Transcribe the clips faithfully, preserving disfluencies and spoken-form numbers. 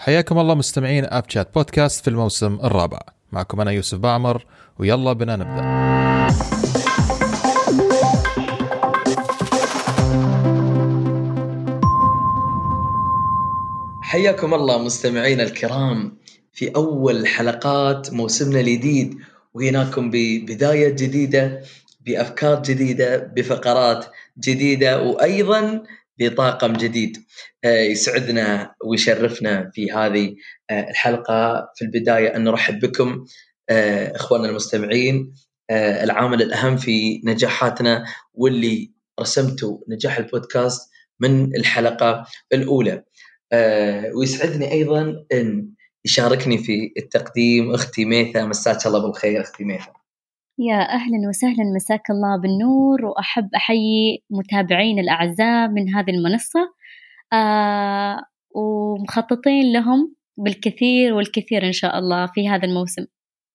حياكم الله مستمعين أب شات بودكاست في الموسم الرابع. معكم أنا يوسف بعمر، ويلا بنا نبدأ. حياكم الله مستمعينا الكرام في أول حلقات موسمنا الجديد، وهناكم ببداية جديدة، بأفكار جديدة، بفقرات جديدة، وأيضا بطاقم جديد. يسعدنا ويشرفنا في هذه الحلقة في البداية أن نرحب بكم إخواننا المستمعين. العامل الأهم في نجاحاتنا واللي رسمتوا نجاح البودكاست من الحلقة الأولى. أه ويسعدني أيضا أن يشاركني في التقديم أختي ميثا. مساك الله بالخير أختي ميثا. يا أهلا وسهلا، مساك الله بالنور. وأحب أحيي متابعين الأعزاء من هذه المنصة، أه ومخططين لهم بالكثير والكثير إن شاء الله في هذا الموسم.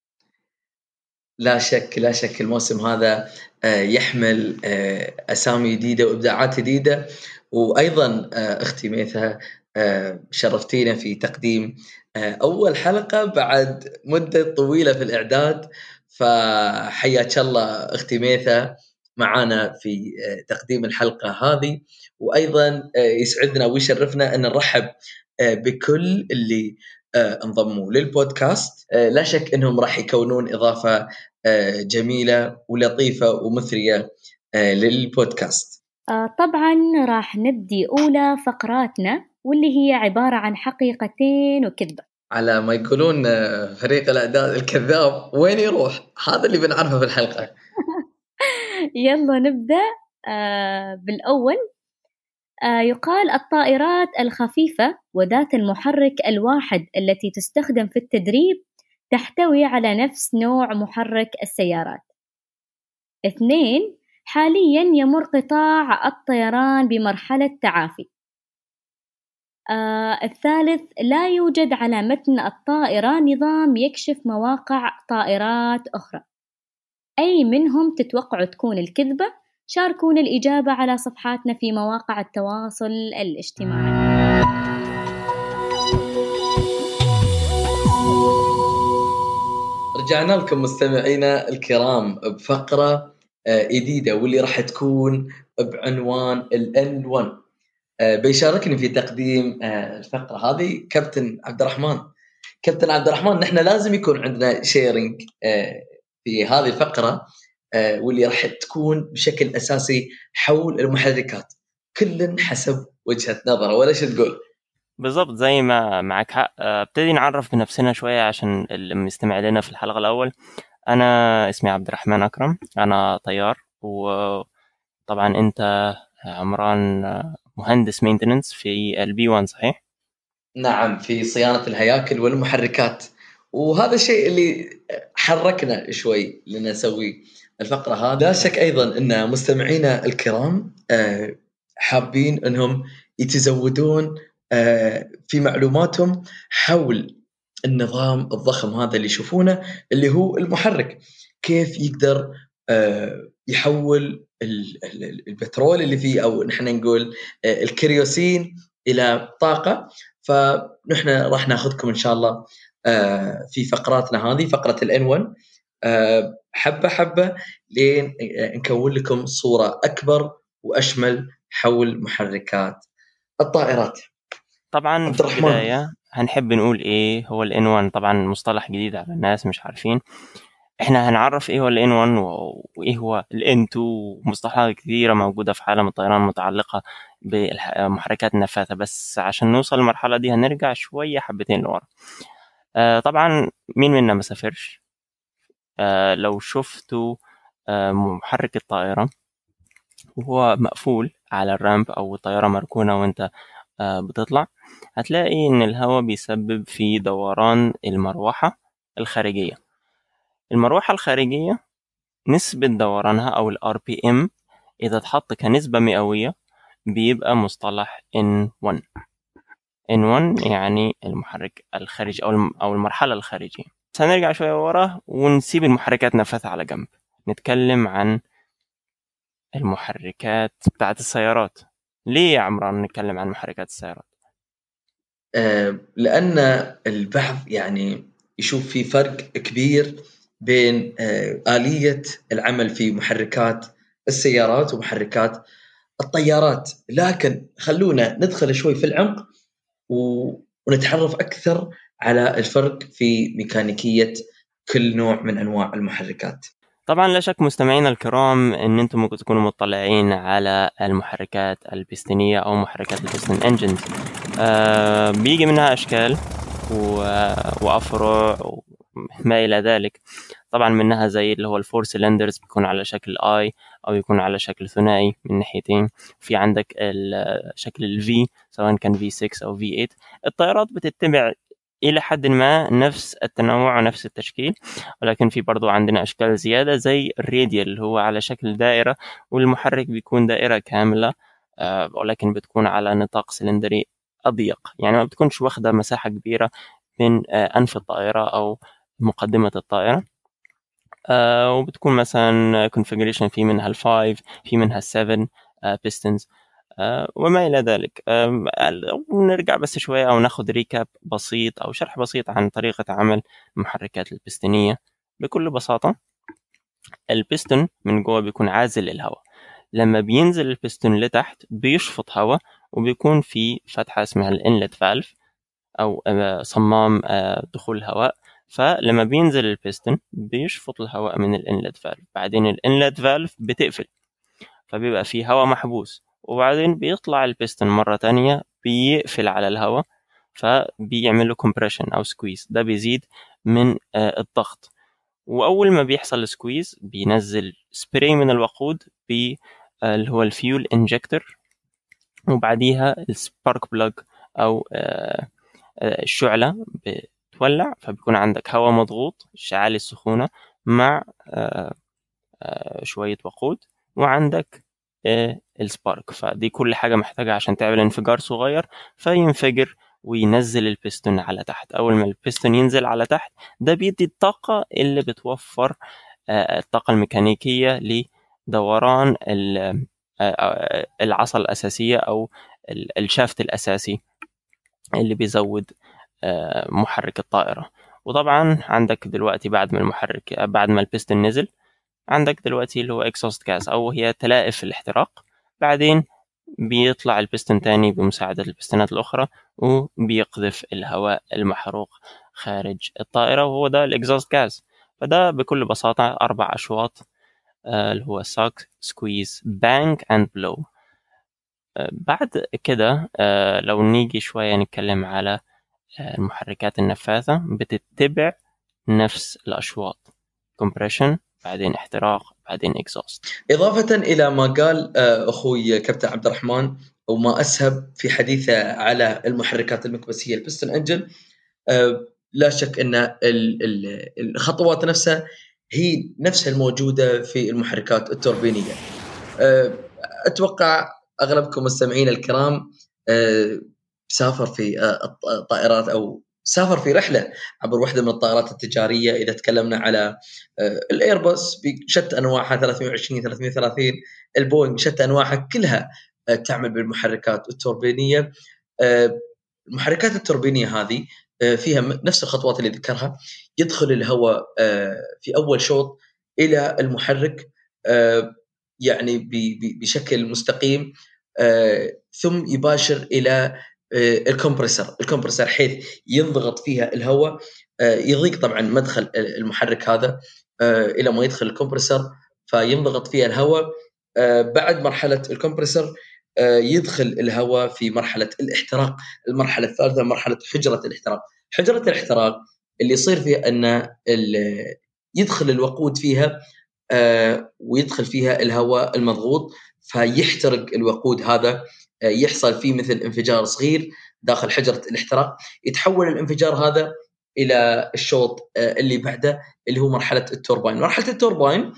لا شك لا شك الموسم هذا يحمل أسامي جديدة وإبداعات جديدة. وأيضا أختي ميثا شرفتينا في تقديم أول حلقة بعد مدة طويلة في الإعداد، فحياك الله أختي ميثا معنا في تقديم الحلقة هذه. وأيضا يسعدنا ويشرفنا أن نرحب بكل اللي انضموا للبودكاست. لا شك أنهم راح يكونون إضافة جميلة ولطيفة ومثرية للبودكاست. طبعا راح نبدي أولى فقراتنا، واللي هي عبارة عن حقيقتين وكذبة. على ما يقولون فريق الإعداد الكذاب وين يروح، هذا اللي بنعرفه في الحلقة. يلا نبدأ. بالأول، يقال الطائرات الخفيفة وذات المحرك الواحد التي تستخدم في التدريب تحتوي على نفس نوع محرك السيارات. اثنين، حاليا يمر قطاع الطيران بمرحلة تعافي. آه الثالث، لا يوجد على متن الطائرة نظام يكشف مواقع طائرات أخرى. أي منهم تتوقعوا تكون الكذبة؟ شاركونا الإجابة على صفحاتنا في مواقع التواصل الاجتماعي. رجعنا لكم مستمعينا الكرام بفقرة جديدة واللي راح تكون بعنوان ال إن وان. بيشاركني في تقديم الفقرة هذه كابتن عبد الرحمن. كابتن عبد الرحمن، نحن لازم يكون عندنا شيرينج في هذه الفقرة، واللي راح تكون بشكل أساسي حول المحركات، كل حسب وجهة نظره. ولا شو تقول؟ بالضبط زي ما معك حق. ابتدي نعرف بنفسنا شوية عشان اللي مستمع لنا في الحلقة الأول. أنا اسمي عبد الرحمن أكرم، أنا طيار، وطبعا أنت عمران مهندس مينتننس في البي وان، صحيح؟ نعم، في صيانة الهياكل والمحركات، وهذا الشيء اللي حركنا شوي لنسوي الفقرة هذه. لا شك أيضا أن مستمعينا الكرام حابين أنهم يتزودون في معلوماتهم حول النظام الضخم هذا اللي يشوفونه، اللي هو المحرك، كيف يقدر يحول البترول اللي فيه، أو نحن نقول الكريوسين، إلى طاقة. فنحن راح ناخذكم إن شاء الله في فقراتنا هذه، فقرة ال إن وان، حبة حبة لين نكون لكم صورة أكبر وأشمل حول محركات الطائرات. طبعا في البداية هنحب نقول إيه هو ال إن وان. طبعا مصطلح جديد على الناس مش عارفين. احنا هنعرف ايه هو ال إن وان وايه هو ال إن تو، ومصطلحات كثيرة موجودة في عالم الطيران متعلقة بمحركات النفاثة. بس عشان نوصل للمرحلة دي هنرجع شوية حبتين لورا. آه طبعا مين منا ما سافرش؟ آه لو شفتوا آه محرك الطائرة وهو مقفول على الرامب او الطيارة مركونة وانت آه بتطلع، هتلاقي ان الهواء بيسبب في دوران المروحة الخارجية. المروحة الخارجية نسبة دورانها أو ال آر بي إم إذا تحط كنسبة مئوية بيبقى مصطلح إن وان. إن وان يعني المحرك الخارجي أو أو المرحلة الخارجية. سنرجع شوية ورا ونسيب المحركات نفسها على جنب، نتكلم عن المحركات بتاعت السيارات. ليه يا عمران نتكلم عن محركات السيارات؟ لأن البعض يعني يشوف في فرق كبير بين آلية العمل في محركات السيارات ومحركات الطيارات، لكن خلونا ندخل شوي في العمق ونتعرف أكثر على الفرق في ميكانيكية كل نوع من أنواع المحركات. طبعا لا شك مستمعينا الكرام ان انتم ممكن تكونوا مطلعين على المحركات البستنية او محركات البستن انجنز. آه بيجي منها اشكال وافرع وما الى ذلك. طبعا منها زي اللي هو الفور سيلندرز بيكون على شكل اي او يكون على شكل ثنائي من ناحيتين. في عندك شكل الفي سواء كان في ستة او في ثمانية. الطائرات بتتبع إلى حد ما نفس التنوع ونفس التشكيل، ولكن في برضو عندنا أشكال زيادة زي الراديال اللي هو على شكل دائرة والمحرك بيكون دائرة كاملة، ولكن بتكون على نطاق سلندري أضيق، يعني ما بتكونش واخدة مساحة كبيرة من أنف الطائرة أو مقدمة الطائرة. وبتكون مثلا configuration في منها الفايف، في منها السفن pistons وما إلى ذلك. نرجع بس شوية أو ناخد ريكاب بسيط أو شرح بسيط عن طريقة عمل المحركات البستنية. بكل بساطة البستون من جوه بيكون عازل للهواء، لما بينزل البستون لتحت بيشفط هواء وبيكون في فتحة اسمها الانلت فالف أو صمام دخول الهواء. فلما بينزل البستون بيشفط الهواء من الانلت فالف، بعدين الانلت فالف بتقفل فبيبقى فيه هواء محبوس، وبعدين بيطلع البستون مرة تانية بيقفل على الهواء فبيعمل له compression أو squeeze، ده بيزيد من الضغط. وأول ما بيحصل squeeze بينزل سبراي من الوقود اللي هو الفيول انجكتور، وبعديها السبارك بلاج أو الشعلة بتولع، فبيكون عندك هواء مضغوط عالي السخونة مع شوية وقود، وعندك السبارك. فدي كل حاجة محتاجة عشان تعمل انفجار صغير فينفجر وينزل البستون على تحت. أول ما البستون ينزل على تحت ده بيدي الطاقة اللي بتوفر الطاقة الميكانيكية لدوران العصا الأساسية أو الشافت الأساسي اللي بيزود محرك الطائرة. وطبعا عندك دلوقتي بعد ما المحرك بعد ما البستون نزل عندك دلوقتي اللي هو exhaust gas أو هي تلائف الاحتراق، بعدين بيطلع البستون تاني بمساعدة البستونات الأخرى وبيقذف الهواء المحروق خارج الطائرة، وهو ده الإكزوست غاز. فده بكل بساطة أربع أشواط اللي هو suck, squeeze, bang and blow. بعد كده لو نيجي شوية نتكلم على المحركات النفاثة بتتبع نفس الأشواط، compression بعدين احتراق بعدين إكزوست. إضافة إلى ما قال أخوي كابتن عبد الرحمن وما أسهب في حديثه على المحركات المكبسية البستون انجن، لا شك أن الخطوات نفسها هي نفسها الموجودة في المحركات التوربينية. أتوقع أغلبكم مستمعين الكرام سافر في الطائرات أو سافر في رحلة عبر واحدة من الطائرات التجارية. إذا تكلمنا على الإيرباص بشتى أنواعها ثلاثمائة وعشرين ثلاثمائة وثلاثين، البوينغ بشتى أنواعها كلها تعمل بالمحركات التوربينية. المحركات التوربينية هذه فيها نفس الخطوات اللي ذكرها، يدخل الهواء في أول شوط إلى المحرك يعني بشكل مستقيم، ثم يباشر إلى الكمبرسر الكمبرسر حيث ينضغط فيها الهواء، يضيق طبعا مدخل المحرك هذا إلى ما يدخل الكمبرسر فينضغط فيها الهواء. بعد مرحلة الكمبرسر يدخل الهواء في مرحلة الاحتراق، المرحلة الثالثة مرحلة حجرة الاحتراق. حجرة الاحتراق اللي يصير فيها أن يدخل الوقود فيها ويدخل فيها الهواء المضغوط فيحترق الوقود هذا، يحصل فيه مثل انفجار صغير داخل حجرة الاحتراق. يتحول الانفجار هذا إلى الشوط اللي بعده اللي هو مرحلة التوربين. مرحلة التوربين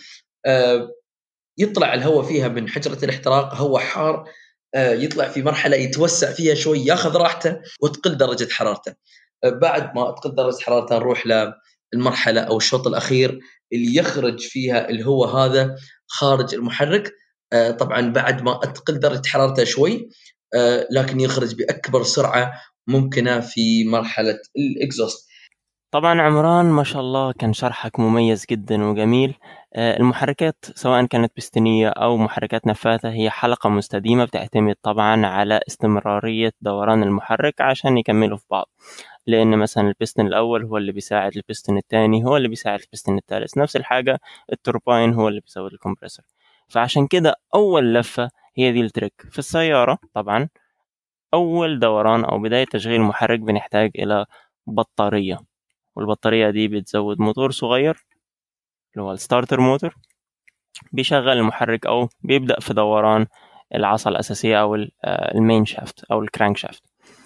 يطلع الهواء فيها من حجرة الاحتراق هواء حار، يطلع في مرحلة يتوسع فيها شوي ياخذ راحته وتقل درجة حرارته. بعد ما تقل درجة حرارته نروح للمرحلة أو الشوط الأخير اللي يخرج فيها الهواء هذا خارج المحرك، طبعا بعد ما تقل درجة حرارته شوي لكن يخرج بأكبر سرعة ممكنة في مرحلة الإكزوست. طبعا عمران ما شاء الله كان شرحك مميز جدا وجميل. المحركات سواء كانت بستنية أو محركات نفاثة هي حلقة مستديمة بتعتمد طبعا على استمرارية دوران المحرك عشان يكملوا في بعض، لأن مثلا البستن الأول هو اللي بيساعد البستن الثاني هو اللي بيساعد البستن الثالث، نفس الحاجة التوربين هو اللي بيسوي الكمبريسور. فعشان كده أول لفة هي دي التريك في السيارة. طبعا أول دوران أو بداية تشغيل محرك بنحتاج إلى بطارية، والبطارية دي بتزود موتور صغير اللي هو الستارتر موتور بيشغل المحرك أو بيبدأ في دوران العصا الأساسية أو المين شافت أو الكرانك شافت.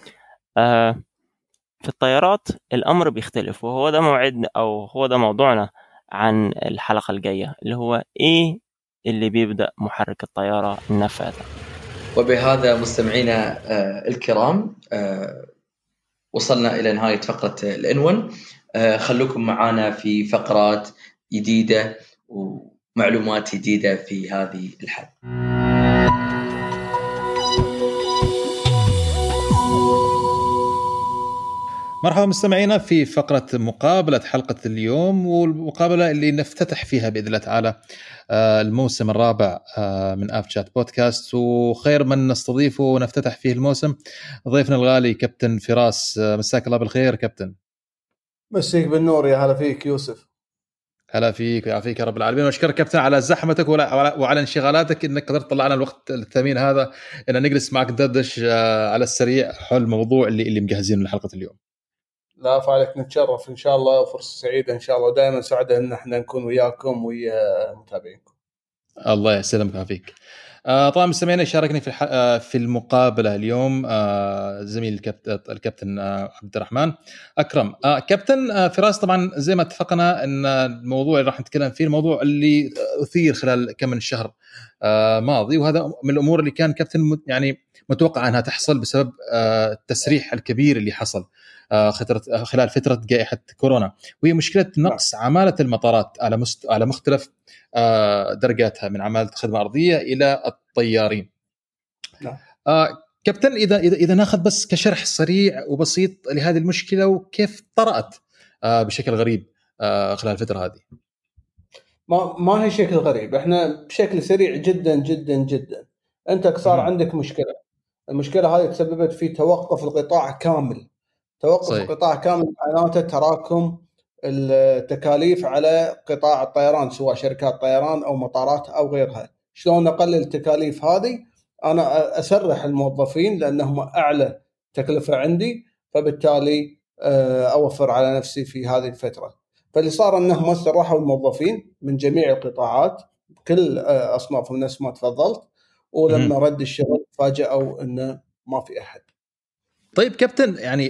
في الطيارات الأمر بيختلف، وهو ده موعد أو هو ده موضوعنا عن الحلقة الجاية اللي هو إيه اللي بيبدأ محرك الطيارة النفاثة. وبهذا مستمعينا الكرام وصلنا إلى نهاية فقرة الإنون. خلوكم معنا في فقرات جديدة ومعلومات جديدة في هذه الحلقة. مرحبا مستمعينا في فقرة مقابلة حلقة اليوم، والمقابلة اللي نفتتح فيها بإذن الله تعالى الموسم الرابع من أفشات بودكاست، وخير من نستضيفه ونفتتح فيه الموسم ضيفنا الغالي كابتن فراس. مساك الله بالخير كابتن. مسيك بالنور، يا هلا فيك يوسف. هلا فيك ويعافيك يا رب العالمين، واشكرك كابتن على زحمتك وعلى انشغالاتك انك قدرت تطلعنا الوقت الثمين هذا ان نجلس معك ندردش على السريع حول الموضوع اللي اللي مجهزينه لحلقة اليوم. لا فعلك، نتشرف ان شاء الله، فرصة سعيدة ان شاء الله، دائما سعداء ان احنا نكون وياكم ويا متابعينكم. الله يسلمك ويعافيك. آه طبعا مستمعينا شاركني في آه في المقابله اليوم آه زميل الكابتن الكابتن آه عبد الرحمن اكرم. آه كابتن آه فراس، طبعا زي ما اتفقنا ان الموضوع اللي راح نتكلم فيه الموضوع اللي اثير خلال كم من شهر آه ماضي، وهذا من الامور اللي كان كابتن يعني متوقع انها تحصل بسبب آه التسريح الكبير اللي حصل آه خلال فتره جائحه كورونا، وهي مشكله نقص عماله المطارات على مست... على مختلف درجاتها من عمالة خدمة أرضية إلى الطيارين. نعم. آه كابتن، إذا إذا إذا ناخذ بس كشرح سريع وبسيط لهذه المشكلة وكيف طرأت آه بشكل غريب آه خلال الفترة هذه. ما ما هي شكل غريب، إحنا بشكل سريع جدا جدا جدا. أنت صار عندك مشكلة، المشكلة هذه تسببت في توقف القطاع كامل. توقف صحيح. القطاع كامل معناته تراكم التكاليف على قطاع الطيران، سواء شركات طيران أو مطارات أو غيرها. شلون أقلل التكاليف هذه؟ أنا أسرح الموظفين لأنهم أعلى تكلفة عندي، فبالتالي أوفر على نفسي في هذه الفترة. فاللي صار أنهم سرحوا الموظفين من جميع القطاعات كل أصنافهم نفس ما تفضلت، ولما رد الشغل فاجأوا أنه ما في أحد. طيب كابتن، يعني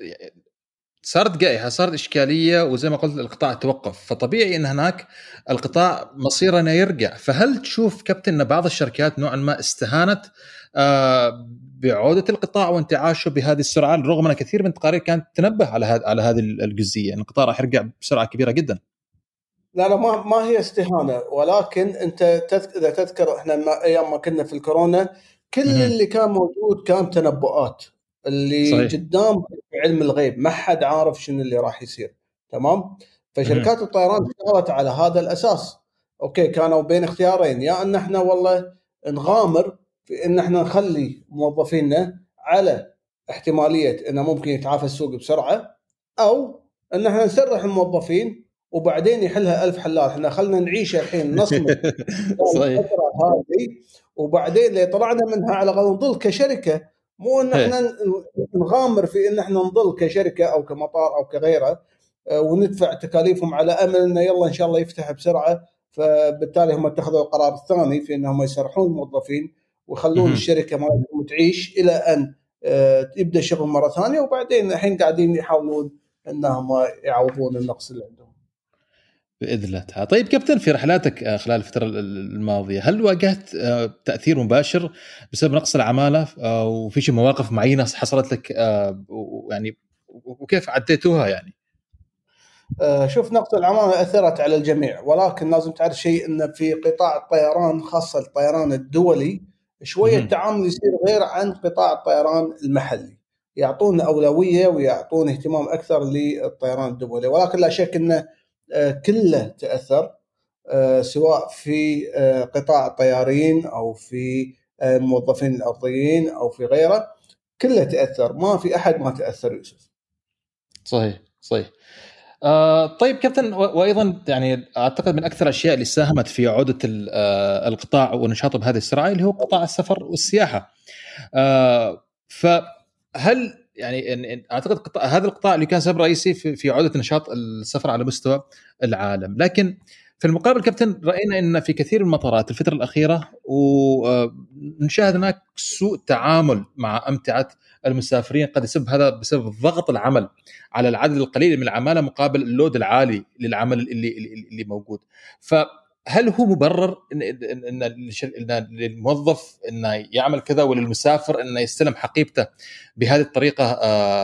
صارت جائحة، صارت إشكالية، وزي ما قلت القطاع توقف، فطبيعي أن هناك القطاع مصيرنا يرجع. فهل تشوف كابتن أن بعض الشركات نوعا ما استهانت آه بعودة القطاع وانتعاشه بهذه السرعة، رغم أن كثير من التقارير كانت تنبه على هذه على هذه الجزئية أن القطاع راح يرجع بسرعة كبيرة جدا؟ لا لا ما ما هي استهانة، ولكن أنت إذا تذكر إحنا ما أيام ما كنا في الكورونا كل م- اللي كان موجود كان تنبؤات اللي صحيح. قدام علم الغيب، ما حد عارف شنو اللي راح يصير. تمام. فشركات م- الطيران اشتغلت على هذا الأساس. أوكي، كانوا بين اختيارين، يا أن إحنا والله نغامر في أن إحنا نخلي موظفيننا على احتمالية أنه ممكن يتعافى السوق بسرعة، أو أن إحنا نسرح الموظفين وبعدين يحلها ألف حلال. إحنا خلنا نعيش الحين نصمد الفترة هذه، وبعدين اللي طلعنا منها على الأقل نضل كشركة، مو إن إحنا نغامر في إن إحنا نضل كشركة أو كمطار أو كغيره وندفع تكاليفهم على أمل إنه يلا إن شاء الله يفتح بسرعة. فبالتالي هم اتخذوا القرار الثاني في إنهم يسرحون الموظفين ويخلون الشركة ما تعيش إلى أن يبدأ شغل مرة ثانية، وبعدين الحين قاعدين يحاولون إنهم يعوضون النقص اللي عندهم بإذن الله تعالى. طيب كابتن، في رحلاتك خلال الفترة الماضية هل واجهت تأثير مباشر بسبب نقص العمالة، وفي شيء مواقف معينة حصلت لك يعني وكيف عديتوها يعني؟ شوف، نقص العمالة أثرت على الجميع، ولكن لازم تعرف شيء إن في قطاع الطيران خاصة الطيران الدولي شوية التعامل يصير غير عن قطاع الطيران المحلي. يعطون أولوية ويعطون اهتمام أكثر للطيران الدولي. ولكن لا شك أنه كله تأثر، سواء في قطاع الطيارين أو في الموظفين الأرضيين أو في غيره، كله تأثر، ما في أحد ما تأثر يوسف. صحيح صحيح. آه طيب كابتن، وايضا يعني اعتقد من اكثر الاشياء اللي ساهمت في عوده القطاع ونشاطه بهذه السرعه اللي هو قطاع السفر والسياحه. آه فهل يعني اعتقد قطاع هذا القطاع اللي كان سبب رئيسي في, في عوده نشاط السفر على مستوى العالم، لكن في المقابل كابتن راينا ان في كثير من المطارات الفتره الاخيره ونشاهد هناك سوء تعامل مع امتعه المسافرين، قد يسبب هذا بسبب ضغط العمل على العدد القليل من العماله مقابل اللود العالي للعمل اللي اللي موجود. فهل هو مبرر ان ان ان للموظف انه يعمل كذا وللمسافر انه يستلم حقيبته بهذه الطريقه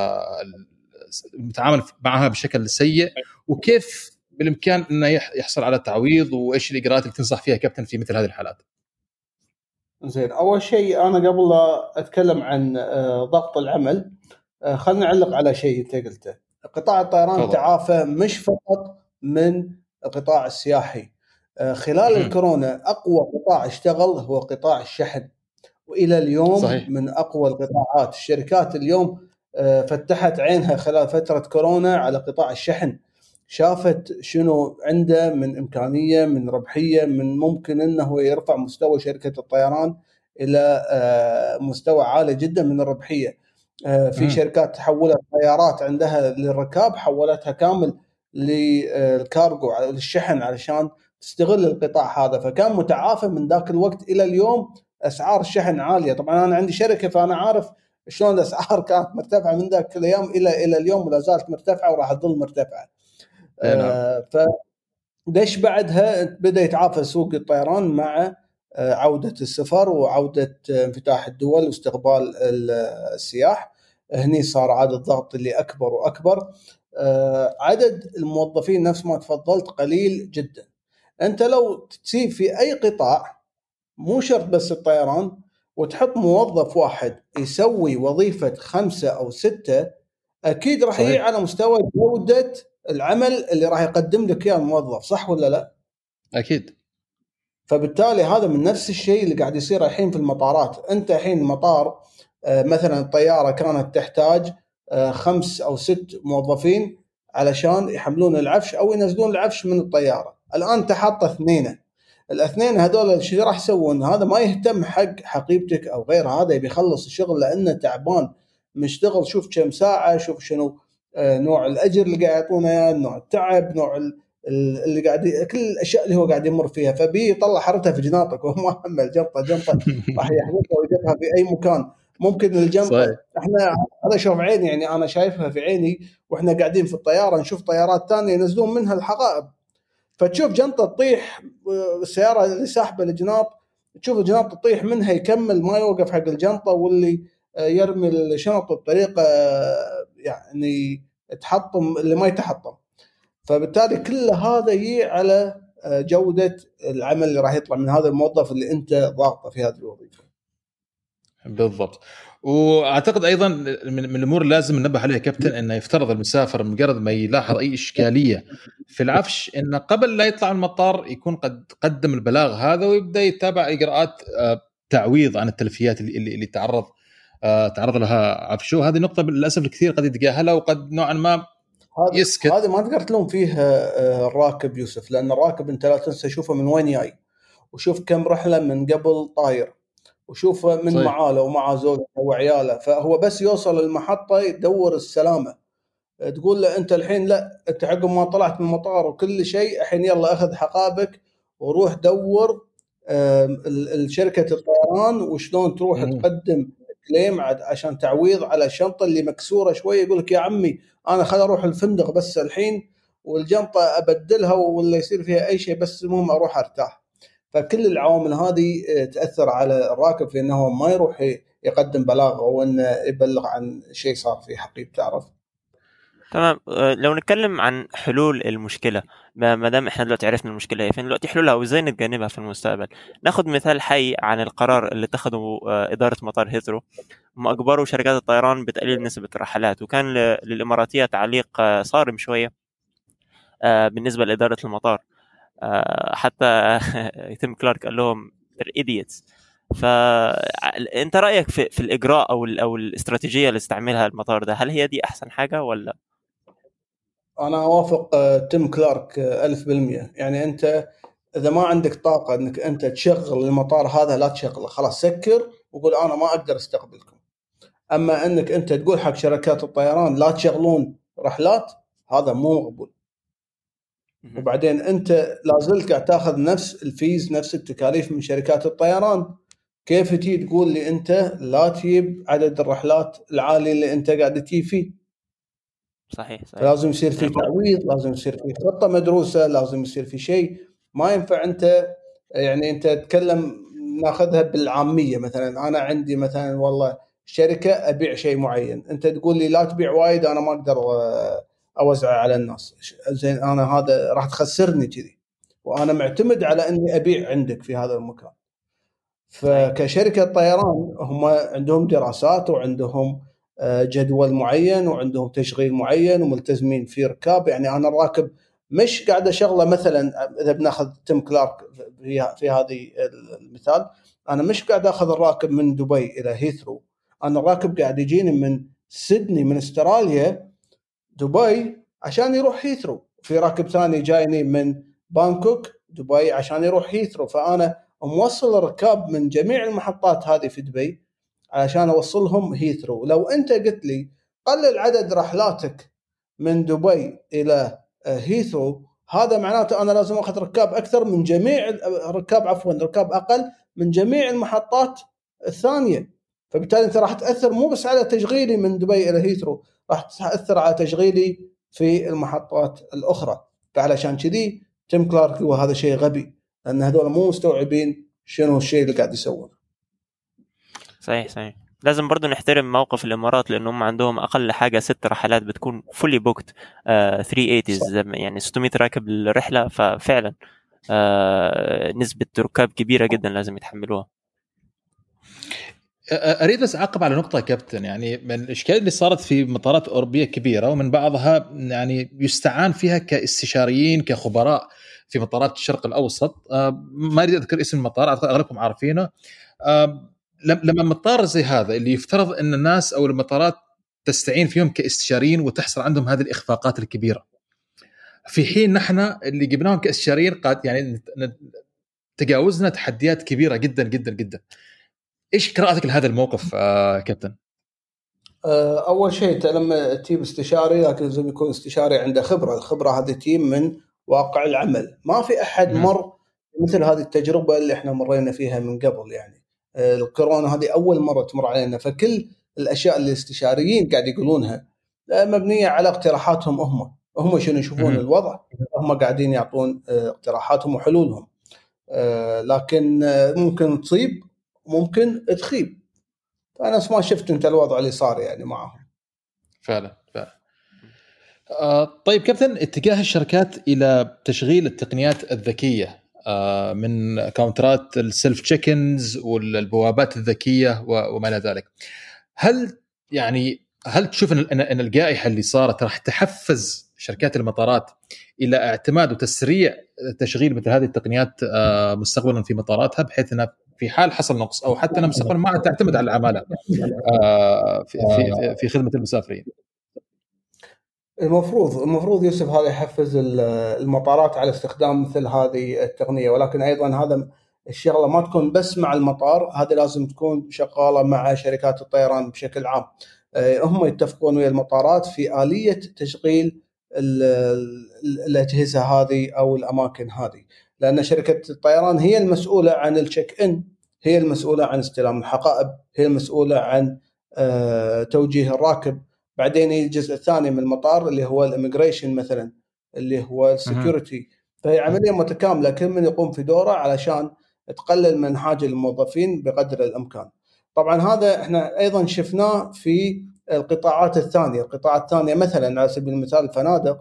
المتعامل معها بشكل سيء؟ وكيف بالامكان انه يحصل على تعويض، وايش الاجراءات اللي تنصح فيها كابتن في مثل هذه الحالات؟ زين، اول شيء انا قبل لا اتكلم عن ضغط العمل خلينا نعلق على شيء انت قلته. قطاع الطيران فضل. تعافى مش فقط من القطاع السياحي. خلال م. الكورونا اقوى قطاع اشتغل هو قطاع الشحن، والى اليوم صحيح. من اقوى القطاعات. الشركات اليوم فتحت عينها خلال فترة كورونا على قطاع الشحن، شافت شنو عنده من إمكانية، من ربحية، من ممكن أنه يرفع مستوى شركة الطيران إلى مستوى عالي جدا من الربحية. في م. شركات تحولت طيارات عندها للركاب حولتها كامل للكارغو للشحن علشان تستغل القطاع هذا، فكان متعافى من ذاك الوقت إلى اليوم. أسعار الشحن عالية، طبعا أنا عندي شركة فأنا عارف شلون الأسعار كانت مرتفعة من ذاك الأيام إلى إلى اليوم، ولا زالت مرتفعة وراح تظل مرتفعة. آه فليش بعدها بدأ يتعافى سوق الطيران مع آه عودة السفر وعودة آه انفتاح الدول واستقبال السياح. هني صار عدد الضغط اللي أكبر وأكبر. آه عدد الموظفين نفس ما تفضلت قليل جدا. أنت لو تسيب في أي قطاع، مو شرط بس الطيران، وتحط موظف واحد يسوي وظيفة خمسة أو ستة، أكيد راح يجي على مستوى جودة العمل اللي راح يقدم لك إياه الموظف، صح ولا لا؟ أكيد. فبالتالي هذا من نفس الشيء اللي قاعد يصير الحين في المطارات. أنت الحين المطار مثلا الطيارة كانت تحتاج خمس أو ست موظفين علشان يحملون العفش أو ينزلون العفش من الطيارة، الآن تحط اثنين. الاثنين هذول ايش راح يسوون؟ هذا ما يهتم حق حقيبتك او غير، هذا يبي يخلص الشغل لانه تعبان مشتغل. شوف كم ساعه، شوف شنو نوع الاجر اللي قاعد يعطونه اياه، نوع التعب، نوع اللي قاعد، كل الاشياء اللي هو قاعد يمر فيها، فبي يطلع حرته في جناطك وهو ما حمل جنطه جنطه راح يحرقها ويجيبها في اي مكان. ممكن الجنطه صحيح. احنا هذا شوف عيني، يعني انا شايفها في عيني واحنا قاعدين في الطياره نشوف طيارات ثانيه ينزلون منها الحقائب، فتشوف جنطة تطيح، السيارة اللي ساحبة الجناط تشوف الجناط تطيح منها، يكمل ما يوقف حق الجنطة، واللي يرمي الشنط بطريقة يعني تحطم اللي ما يتحطم. فبالتالي كل هذا يجي على جودة العمل اللي راح يطلع من هذا الموظف اللي أنت ضاغطه في هذه الوظيفة. بالضبط. واعتقد ايضا من الامور لازم ننبه عليها كابتن انه يفترض المسافر مجرد ما يلاحظ اي اشكاليه في العفش انه قبل لا يطلع من المطار يكون قد قدم البلاغ هذا ويبدا يتابع اجراءات تعويض عن التلفيات اللي اللي تعرض تعرض لها عفشه. هذه نقطه للاسف الكثير قد يتجاهلها وقد نوعا ما يسكت. هذه ما تقدر تلوم فيه الراكب يوسف، لان الراكب انت لا تنسى شوفه من وين جاي، وشوف كم رحله من قبل طاير، وشوف من صحيح. معاله ومع زوجته وعياله، فهو بس يوصل المحطة يدور السلامة. تقول له أنت الحين لا، أنت عقب ما طلعت من المطار وكل شيء الحين يلا أخذ حقابك وروح دور الشركة الطيران وشلون تروح م- تقدم كليم عشان تعويض على الشنطة اللي مكسورة شوية. يقول لك يا عمي أنا خل أروح الفندق بس الحين والجنطة أبدلها ولا يصير فيها أي شيء، بس المهم أروح أرتاح. فكل العوامل هذه تأثر على الراكب في أنه ما يروح يقدم بلاغ أو أنه يبلغ عن شيء صار في حقيب. تعرف تمام. لو نتكلم عن حلول المشكله، ما دام احنا دلوقتي عرفنا المشكله هي فين، دلوقتي حلولها وازاي نتجنبها في المستقبل. ناخذ مثال حي عن القرار اللي اتخذه اداره مطار هيثرو، هم اجبروا شركات الطيران بتقليل نسبه الرحلات، وكان للاماراتيه تعليق صارم شويه بالنسبه لاداره المطار. حتى تيم كلارك قال لهم they're idiots. فانت رايك في في الاجراء او او الاستراتيجيه اللي استعملها المطار ده، هل هي دي احسن حاجه ولا؟ انا اوافق تيم كلارك ألف بالمية. يعني انت اذا ما عندك طاقه انك انت تشغل المطار هذا لا تشغله، خلاص سكر وقول انا ما اقدر استقبلكم. اما انك انت تقول حق شركات الطيران لا تشغلون رحلات، هذا مو مقبول. وبعدين انت لازلت قاعد تاخذ نفس الفيز نفس التكاليف من شركات الطيران، كيف تجي تقول لي انت لا تجيب عدد الرحلات العالي اللي انت قاعد تجي فيه؟ صحيح صحيح. لازم يصير في تعويض، لازم يصير في خطه مدروسه، لازم يصير في شيء. ما ينفع انت يعني انت تتكلم ناخذها بالعاميه. مثلا انا عندي مثلا والله شركه ابيع شيء معين، انت تقول لي لا تبيع وايد، انا ما اقدر اوزعه على الناس. زين انا هذا راح تخسرني كذي، وانا معتمد على اني ابيع عندك في هذا المكان. فكشركه طيران هم عندهم دراسات وعندهم جدول معين وعندهم تشغيل معين وملتزمين في ركاب. يعني انا الراكب مش قاعد اشغله. مثلا اذا بناخذ تيم كلارك في في هذه المثال، انا مش قاعد اخذ الراكب من دبي الى هيثرو، انا الراكب قاعد يجيني من سيدني من استراليا دبي عشان يروح هيثرو، في راكب ثاني جايني من بانكوك دبي عشان يروح هيثرو. فانا موصل الركاب من جميع المحطات هذه في دبي علشان اوصلهم هيثرو. لو انت قلت لي قلل عدد رحلاتك من دبي الى هيثرو، هذا معناته انا لازم اخذ ركاب اكثر من جميع ركاب عفوا ركاب اقل من جميع المحطات الثانيه. فبالتالي انت راح تاثر مو بس على تشغيلي من دبي الى هيثرو، راح تاثر على تشغيلي في المحطات الاخرى. فعلشان كذي تيم كلارك هو هذا شيء غبي، لان هذول مو مستوعبين شنو الشيء اللي قاعد يسوونه. صحيح صحيح. لازم برضو نحترم موقف الامارات، لانهم عندهم اقل حاجه ست رحلات بتكون فولي بوكت ثلاثمية وثمانين، يعني ستمية راكب الرحله. ففعلا آه نسبه ركاب كبيره جدا لازم يتحملوها. اريد بس اعقب على نقطه كابتن. يعني من الاشكال اللي صارت في مطارات اوروبيه كبيره ومن بعضها يعني يستعان فيها كاستشاريين كخبراء في مطارات الشرق الاوسط، ما اريد اذكر اسم المطار اغلبكم عارفينه. لما مطار زي هذا اللي يفترض ان الناس او المطارات تستعين فيهم كاستشاريين وتحصل عندهم هذه الاخفاقات الكبيره، في حين نحن اللي جبناهم كاستشاريين قد يعني تجاوزنا تحديات كبيره جدا جدا جدا. ايش قراءتك لهذا الموقف آه كابتن؟ اول شيء لما تجيب استشاري لكن لازم يكون استشاري عنده خبره، الخبره هذه تيم من واقع العمل. ما في احد مر مثل هذه التجربه اللي احنا مرينا فيها من قبل. يعني الكورونا هذه اول مره تمر علينا، فكل الاشياء اللي الاستشاريين قاعد يقولونها مبنيه على اقتراحاتهم هم هم شنو يشوفون الوضع، هم قاعدين يعطون اقتراحاتهم وحلولهم. لكن ممكن تصيب ممكن تخيب. فأنا ما شفت أنت الوضع اللي صار يعني معهم. فعلا فعلا. آه طيب كابتن، اتجاه الشركات إلى تشغيل التقنيات الذكية آه من كاونترات السيلف تشيكنز والبوابات الذكية وما إلى ذلك، هل يعني هل تشوف أن أن الجائحة اللي صارت راح تحفز شركات المطارات إلى اعتماد وتسريع تشغيل مثل هذه التقنيات آه مستقبلا في مطاراتها، بحيث أنها في حال حصل نقص او حتى أنا مستقبلا ما تعتمد على العماله في في في خدمه المسافرين؟ المفروض المفروض يوسف هذا يحفز المطارات على استخدام مثل هذه التقنيه، ولكن ايضا هذا الشغله ما تكون بس مع المطار، هذه لازم تكون شغاله مع شركات الطيران بشكل عام. هم يتفقون ويا المطارات في آلية تشغيل الاجهزه هذه او الاماكن هذه، لان شركه الطيران هي المسؤوله عن التشيك ان، هي المسؤوله عن استلام الحقائب، هي المسؤوله عن توجيه الراكب. بعدين الجزء الثاني من المطار اللي هو الاميجريشن مثلا، اللي هو السكيورتي. فهي عمليه متكامله، كل من يقوم في دوره علشان تقلل من حاجه الموظفين بقدر الامكان. طبعا هذا احنا ايضا شفناه في القطاعات الثانيه القطاعات الثانيه مثلا على سبيل المثال الفنادق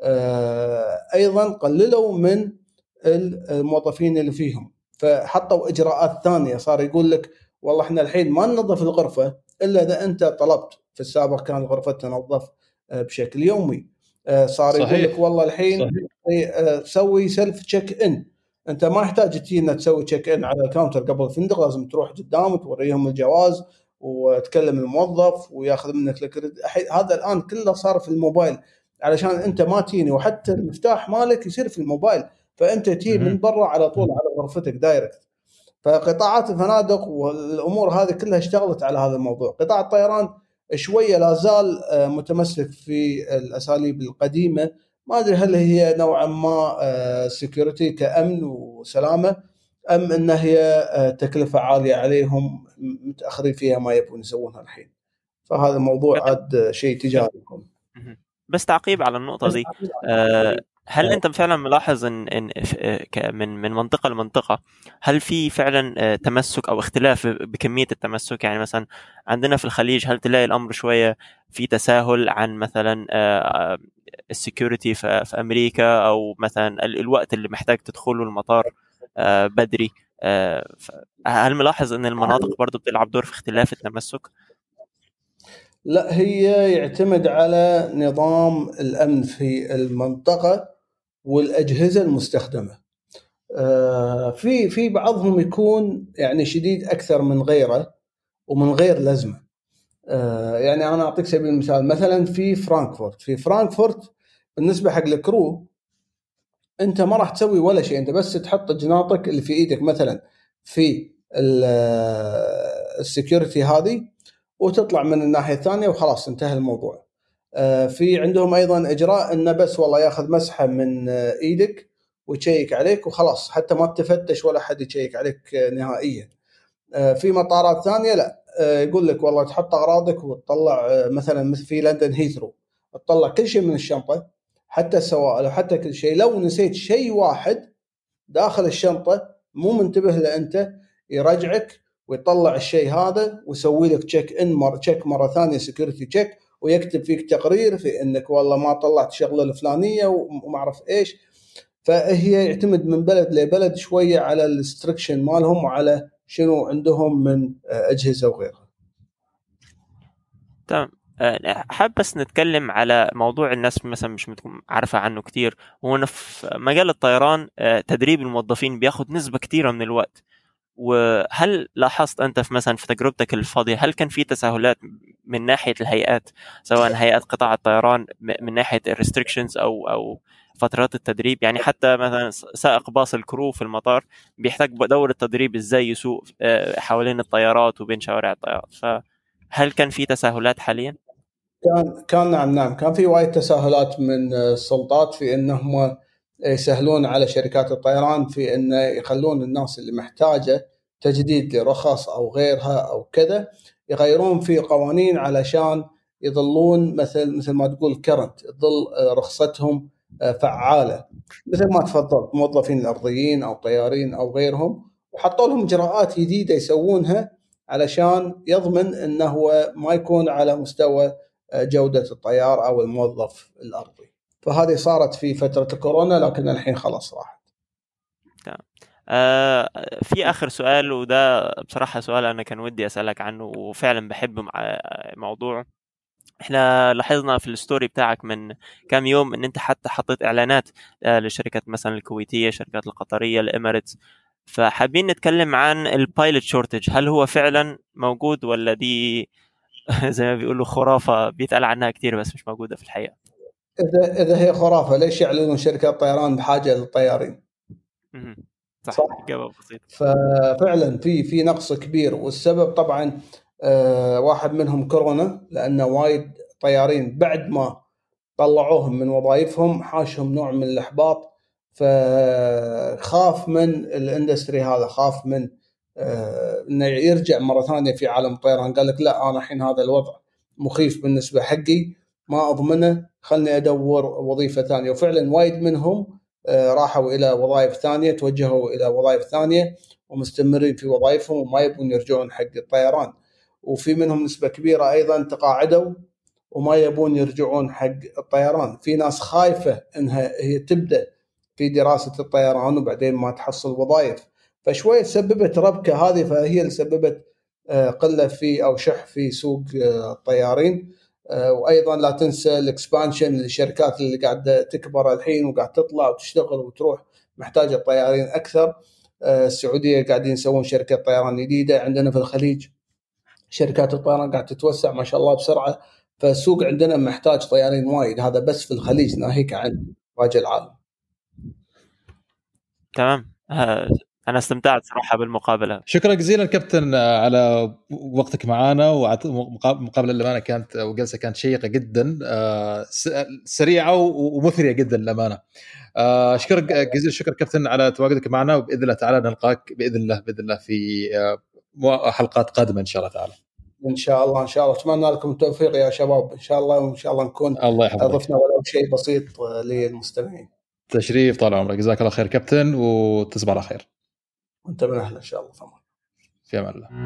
ايضا قللوا من الموظفين اللي فيهم، فحطوا اجراءات ثانيه. صار يقول لك والله احنا الحين ما ننظف الغرفه الا اذا انت طلبت. في السابق كان الغرفه تنظف بشكل يومي، صار صحيح. يقول لك والله الحين صحيح. سوي سيلف تشيك ان، انت ما يحتاج تجينا تسوي تشيك ان على الكاونتر قبل الفندق، لازم تروح قدام وتوريهم الجواز وتكلم الموظف وياخذ منك الكريدت. هذا الان كله صار في الموبايل علشان انت ما تيني، وحتى المفتاح مالك يصير في الموبايل، فانت تجي من برا على طول على غرفتك دايركت. فقطاعات الفنادق والامور هذه كلها اشتغلت على هذا الموضوع. قطاع الطيران شويه لا زال متمسك في الاساليب القديمه، ما ادري هل هي نوعا ما سيكيورتي كامن وسلامه، ام ان هي تكلفه عاليه عليهم متاخرين فيها ما يبون يسوونها الحين. فهذا الموضوع عاد شيء تجاربكم. بس تعقيب على النقطه دي، هل انت فعلا ملاحظ ان ان من من منطقه لمنطقه هل في فعلا تمسك او اختلاف بكميه التمسك؟ يعني مثلا عندنا في الخليج هل تلاقي الامر شويه في تساهل عن مثلا السكيورتي في امريكا، او مثلا الوقت اللي محتاج تدخله المطار بدري؟ هل ملاحظ ان المناطق برضو بتلعب دور في اختلاف التمسك؟ لا، هي يعتمد على نظام الأمن في المنطقة والأجهزة المستخدمة. في في بعضهم يكون يعني شديد أكثر من غيره ومن غير لازمة. يعني أنا أعطيك سبيل المثال، مثلا في فرانكفورت في فرانكفورت بالنسبة حق الكرو أنت ما راح تسوي ولا شيء، أنت بس تحط جناطك اللي في إيدك مثلا في السكيورتي هذه وتطلع من الناحية الثانية وخلاص انتهى الموضوع. في عندهم أيضا إجراء إنه بس والله يأخذ مسحة من إيدك ويشيك عليك وخلاص، حتى ما تفتش ولا حد يشيك عليك نهائيا. في مطارات ثانية لا، يقول لك والله تحط أغراضك وتطلع، مثلا في لندن هيثرو تطلع كل شيء من الشنطة، حتى السوائل وحتى كل شيء. لو نسيت شيء واحد داخل الشنطة مو منتبه لأنت، يرجعك ويطلع الشيء هذا ويسوي لك تشيك ان مر تشيك مره ثانيه سكيورتي تشيك، ويكتب فيك تقرير في انك والله ما طلعت شغله الفلانيه وما اعرف ايش. فهي يعتمد من بلد لبلد شويه على الريستريكشن مالهم وعلى شنو عندهم من اجهزه وغيرها. تمام. حاب بس نتكلم على موضوع الناس مثلا مش عارفه عنه كتير، وهنا في مجال الطيران تدريب الموظفين بياخد نسبه كتيره من الوقت. وهل لاحظت أنت في مثلا في تجربتك الفاضية هل كان في تساهلات من ناحية الهيئات، سواء هيئات قطاع الطيران من ناحية الريستريكشنز أو أو فترات التدريب؟ يعني حتى مثلا سائق باص الكرو في المطار بيحتاج دورة تدريب إزاي يسوق حوالين الطيارات وبين شوارع الطيارات، فهل كان في تساهلات حاليا؟ كان كان نعم نعم كان في وايد تساهلات من السلطات في إنهم يسهلون على شركات الطيران في إن يخلون الناس اللي محتاجة تجديد لرخص أو غيرها أو كذا يغيرون في قوانين علشان يظلون مثل مثل ما تقول كرنت، تظل رخصتهم فعالة مثل ما تفضلت موظفين الأرضيين أو طيارين أو غيرهم، وحطوا لهم إجراءات جديدة يسوونها علشان يضمن أنه ما يكون على مستوى جودة الطيار أو الموظف الأرضي. فهذه صارت في فترة الكورونا، لكن الحين خلاص راحت. تمام. آه في آخر سؤال، وده بصراحة سؤال أنا كان ودي أسألك عنه وفعلا بحب مع موضوعه. احنا لاحظنا في الستوري بتاعك من كام يوم ان انت حتى حطيت اعلانات آه لشركات مثلا الكويتية، شركات القطرية، الاميريتس، فحابين نتكلم عن البايلوت شورتج. هل هو فعلا موجود ولا دي زي ما بيقولوا خرافة بيتقال عنها كتير بس مش موجودة في الحقيقة؟ إذا إذا هي خرافة ليش يعلنون شركات طيران بحاجة للطيارين؟ صح, صح. إجابة بسيطة. ففعلا في في نقص كبير، والسبب طبعا آه واحد منهم كورونا، لأن وايد طيارين بعد ما طلعوهم من وظائفهم حاشهم نوع من الإحباط، فخاف من الاندستري هذا، خاف من آه انه يرجع مره ثانيه في عالم الطيران. قال لك لا انا الحين هذا الوضع مخيف بالنسبه حقي، ما اضمنه، خلني ادور وظيفه ثانيه. وفعلا وايد منهم آه راحوا الى وظائف ثانيه، توجهوا الى وظائف ثانيه ومستمرين في وظائفهم وما يبون يرجعون حق الطيران. وفي منهم نسبة كبيرة أيضا تقاعدوا وما يبون يرجعون حق الطيران. في ناس خايفة إنها هي تبدأ في دراسة الطيران وبعدين ما تحصل وظائف، فشوية سببت ربكة هذه، فهي اللي سببت قلة في أو شح في سوق الطيارين. وأيضا لا تنسى الإكسبانشن للشركات اللي قاعدة تكبر الحين وقاعدة تطلع وتشتغل وتروح محتاجة الطيارين أكثر. السعودية قاعدين يسوون شركة طيران جديدة، عندنا في الخليج شركات الطيران قاعدة تتوسع ما شاء الله بسرعة، فالسوق عندنا محتاج طيارين وايد. هذا بس في الخليج، ناهيك عن باقي العالم. تمام. أنا استمتعت صراحة بالمقابلة. شكرا جزيلا كابتن على وقتك معنا، ومقابلة للأمانة كانت وجلسة كانت شيقة جدا، سريعة ومثرية جدا للأمانة. أشكرك جزيلا الشكر كابتن على تواجدك معنا، وبإذن الله تعالى نلقاك بإذن الله بإذن الله في حلقات قادمة إن شاء الله تعالى. إن شاء الله إن شاء الله. أتمنى لكم التوفيق يا شباب إن شاء الله، وإن شاء الله نكون أضفنا ولو شيء بسيط للمستمعين. تشريف، طال عمرك، جزاك الله خير كابتن، وتصبح على خير. وأنت من أهل إن شاء الله. فما في أمان الله.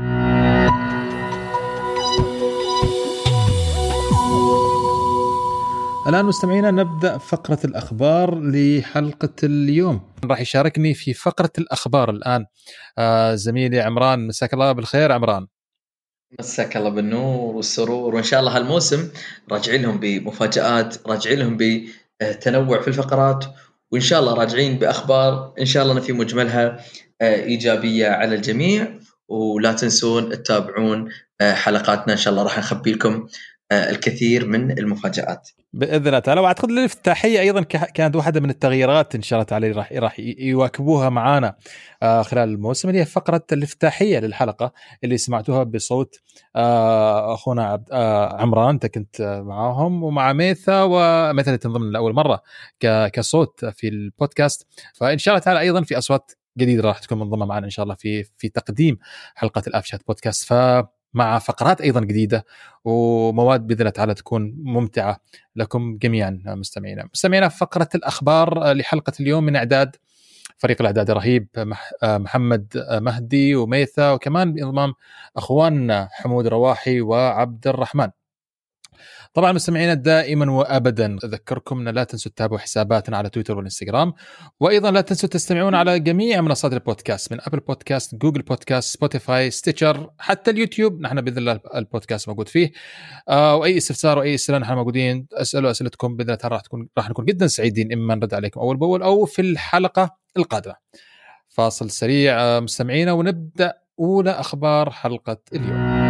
الآن مستمعينا نبدأ فقرة الأخبار لحلقة اليوم. راح يشاركني في فقرة الأخبار الآن آه زميلي عمران. مساك الله بالخير عمران. مساك الله بالنور والسرور، وإن شاء الله هالموسم راجعين لهم بمفاجآت، راجعين لهم بتنوع في الفقرات، وإن شاء الله راجعين بأخبار إن شاء الله في مجملها إيجابية على الجميع. ولا تنسون تتابعون حلقاتنا، إن شاء الله راح نخبي لكم الكثير من المفاجآت بإذن الله تعالى. وأعتقد الافتتاحية أيضا كانت واحدة من التغييرات إن شاء الله تعالى راح راح يواكبوها معنا خلال الموسم، اللي هي فقرة الافتتاحية للحلقة اللي سمعتوها بصوت أخونا عمران. أنت كنت معهم ومع ميثا، ومثلا تنضم لأول مرة كصوت في البودكاست، فإن شاء الله تعالى أيضا في أصوات جديدة راح تكون منضمة معنا إن شاء الله في في تقديم حلقة الأفشات بودكاست، ف مع فقرات أيضا جديدة ومواد بإذن الله تعالى تكون ممتعة لكم جميعا مستمعينا. مستمعينا فقرة الأخبار لحلقة اليوم من إعداد فريق الإعداد رهيب محمد مهدي وميثا، وكمان بإنضمام أخواننا حمود رواحي وعبد الرحمن. طبعا مستمعينا دائما وابدا اذكركم ان لا تنسوا تتابعوا حساباتنا على تويتر والانستغرام، وايضا لا تنسوا تستمعون على جميع منصات البودكاست من ابل بودكاست، جوجل بودكاست، سبوتيفاي، ستيتشر، حتى اليوتيوب نحن باذن الله البودكاست موجود فيه. آه واي استفسار واي اسئله نحن موجودين، اسالوا اسئلتكم باذن الله راح تكون راح نكون جدا سعيدين اما نرد عليكم اول باول او في الحلقه القادمه. فاصل سريع آه مستمعينا ونبدا اولى اخبار حلقه اليوم.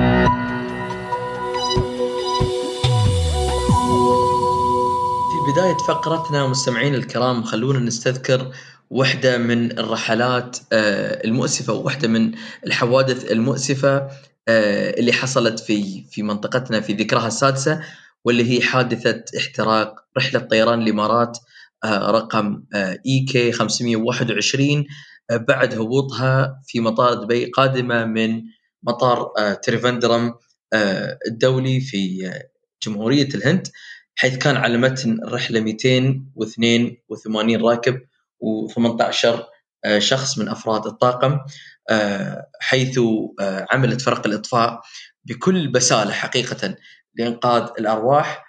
بداية فقرتنا مستمعين الكرام خلونا نستذكر واحدة من الرحلات المؤسفة وواحدة من الحوادث المؤسفة اللي حصلت في في منطقتنا في ذكرها السادسة، واللي هي حادثة احتراق رحلة طيران الإمارات رقم إي كي خمسمائة وواحد وعشرين بعد هبوطها في مطار دبي قادمة من مطار تريفندرم الدولي في جمهورية الهند، حيث كان على متن الرحلة مئتين واثنين وثمانين راكب وثمانية عشر شخص من أفراد الطاقم، حيث عملت فرق الإطفاء بكل بسالة حقيقة لإنقاذ الأرواح.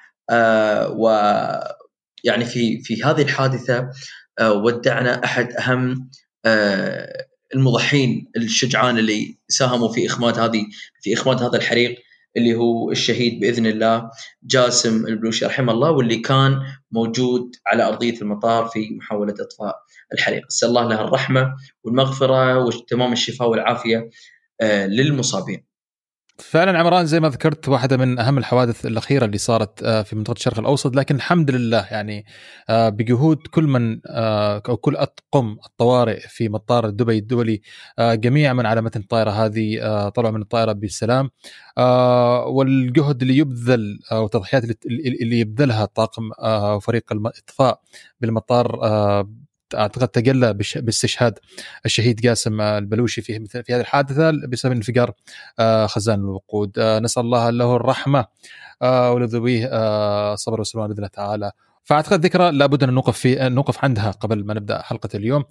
ويعني في في هذه الحادثة ودعنا أحد أهم المضحين الشجعان اللي ساهموا في إخماد هذه في إخماد هذا الحريق، اللي هو الشهيد بإذن الله جاسم البلوشي رحمه الله، واللي كان موجود على أرضية المطار في محاولة إطفاء الحريق. أسأل الله له الرحمة والمغفرة وتمام الشفاء والعافية للمصابين. فعلا عمران زي ما ذكرت واحدة من أهم الحوادث الأخيرة اللي صارت في منطقة الشرق الأوسط، لكن الحمد لله يعني بجهود كل من أو كل أطقم الطوارئ في مطار دبي الدولي جميع من على متن الطائرة هذه طلعوا من الطائرة بالسلام، والجهد اللي يبذل أو التضحيات اللي يبذلها طاقم وفريق الإطفاء بالمطار أعتقد تجلى باستشهاد الشهيد جاسم البلوشي في في هذه الحادثة بسبب انفجار خزان الوقود. نسأل الله له الرحمة ولذويه صبر وسلامة بإذن الله تعالى. فأعتقد ذكرى لابد أن نوقف في نوقف عندها قبل ما نبدأ حلقة اليوم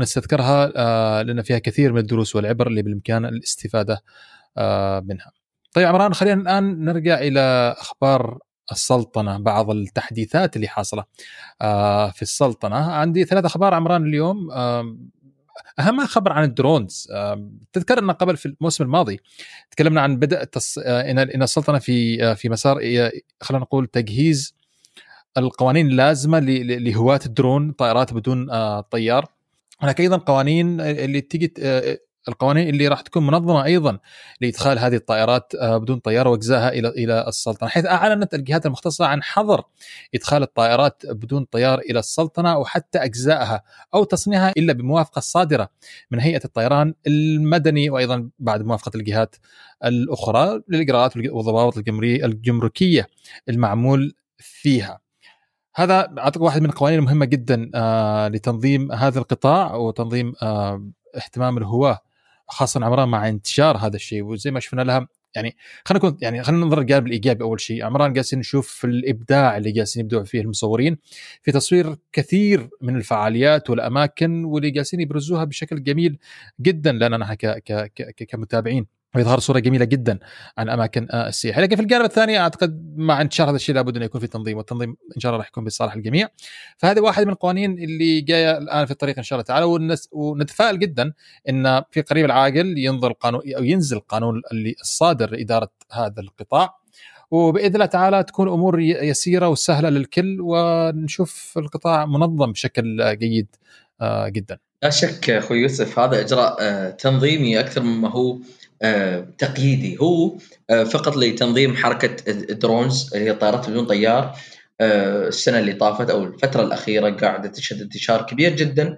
ونستذكرها، لأن فيها كثير من الدروس والعبر اللي بالإمكان الاستفادة منها. طيب عمران، خلينا الآن نرجع إلى أخبار السلطنة، بعض التحديثات اللي حاصلة في السلطنة. عندي ثلاث أخبار عمران اليوم. أهم خبر عن الدرونز. تذكر أن قبل في الموسم الماضي تكلمنا عن بدء التص... إن السلطنة في في مسار، خلينا نقول تجهيز القوانين اللازمة لهواة الدرون، طائرات بدون طيار. هناك أيضا قوانين اللي تيجي القوانين اللي راح تكون منظمة أيضا لإدخال هذه الطائرات بدون طيار وإجزائها إلى إلى السلطنة، حيث أعلنت الجهات المختصة عن حظر إدخال الطائرات بدون طيار إلى السلطنة وحتى أجزائها أو تصنيعها إلا بموافقة صادرة من هيئة الطيران المدني، وأيضا بعد موافقة الجهات الأخرى للإجراءات والضوابط الجمركية المعمول فيها. هذا أعتقد واحد من القوانين المهمة جدا آه لتنظيم هذا القطاع وتنظيم آه اهتمام الهواة، خاصة عمران مع انتشار هذا الشيء. وزي ما شفنا لها يعني خلينا نكون يعني خلينا ننظر الجانب الإيجابي. أول شيء عمران جالسين نشوف الإبداع اللي جالسين يبدعوا فيه المصورين في تصوير كثير من الفعاليات والأماكن، واللي جالسين يبرزوها بشكل جميل جدا لنا نحن ك ك كمتابعين، ويظهر صورة جميلة جدا عن أماكن السياحة. لكن في الجانب الثاني أعتقد مع انتشار هذا الشيء لابد أن يكون في تنظيم، والتنظيم إن شاء الله راح يكون بصالح الجميع. فهذا واحد من القوانين اللي جاية الآن في الطريق إن شاء الله تعالى، ونتفائل جدا إن في قريب العاجل ينظر القانون أو ينزل القانون اللي الصادر لإدارة هذا القطاع، وبإذن الله تعالى تكون أمور يسيرة وسهلة للكل، ونشوف القطاع منظم بشكل جيد جدا. لا شك أخوي يوسف، هذا إجراء تنظيمي أكثر مما هو تقييدي. هو فقط لتنظيم حركة الدرونز، هي طائرات بدون طيار. السنة اللي طافت أو الفترة الأخيرة قاعدة تشهد انتشار كبير جدا.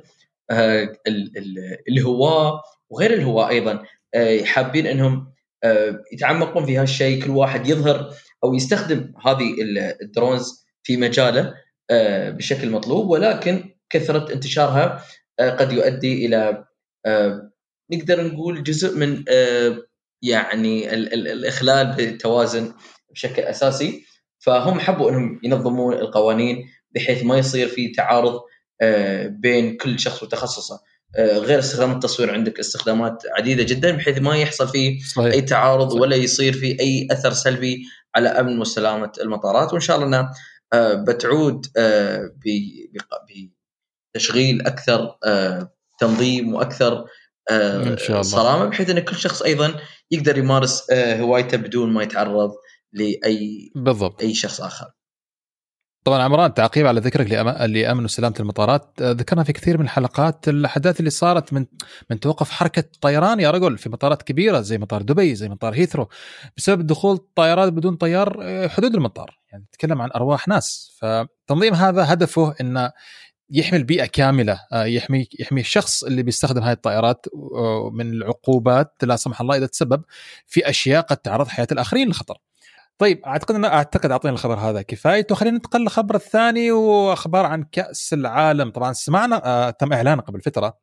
الهواة وغير الهواة أيضا حابين أنهم يتعمقون في هالشيء، كل واحد يظهر أو يستخدم هذه الدرونز في مجاله بشكل مطلوب، ولكن كثرة انتشارها قد يؤدي إلى نقدر نقول جزء من يعني الإخلال بالتوازن بشكل أساسي. فهم حبوا أنهم ينظمون القوانين بحيث ما يصير في تعارض بين كل شخص وتخصصه. غير استخدام التصوير، عندك استخدامات عديدة جدا بحيث ما يحصل فيه صحيح. أي تعارض صحيح. ولا يصير فيه أي أثر سلبي على أمن وسلامة المطارات. وإن شاء الله أنها بتعود بتشغيل أكثر تنظيم وأكثر صرامة، بحيث أن كل شخص أيضا يقدر يمارس هوايته بدون ما يتعرض لأي بالضبط. أي شخص آخر. طبعا عمران، تعقيب على ذكرك لأمن وسلامة المطارات، ذكرنا في كثير من الحلقات الأحداث اللي صارت من من توقف حركة طيران يا رجل في مطارات كبيرة زي مطار دبي، زي مطار هيثرو، بسبب دخول طائرات بدون طيار حدود المطار. يعني نتكلم عن أرواح ناس. فتنظيم هذا هدفه إنه يحمي البيئة كاملة، يحمي يحمي الشخص اللي بيستخدم هاي الطائرات من العقوبات لا سمح الله إذا تسبب في أشياء قد تعرض حياة الآخرين للخطر. طيب أعتقد أن أعتقد أعطينا الخبر هذا كفاية، وخلينا ننتقل للخبر الثاني، وأخبار عن كأس العالم. طبعا سمعنا آه تم إعلان قبل فترة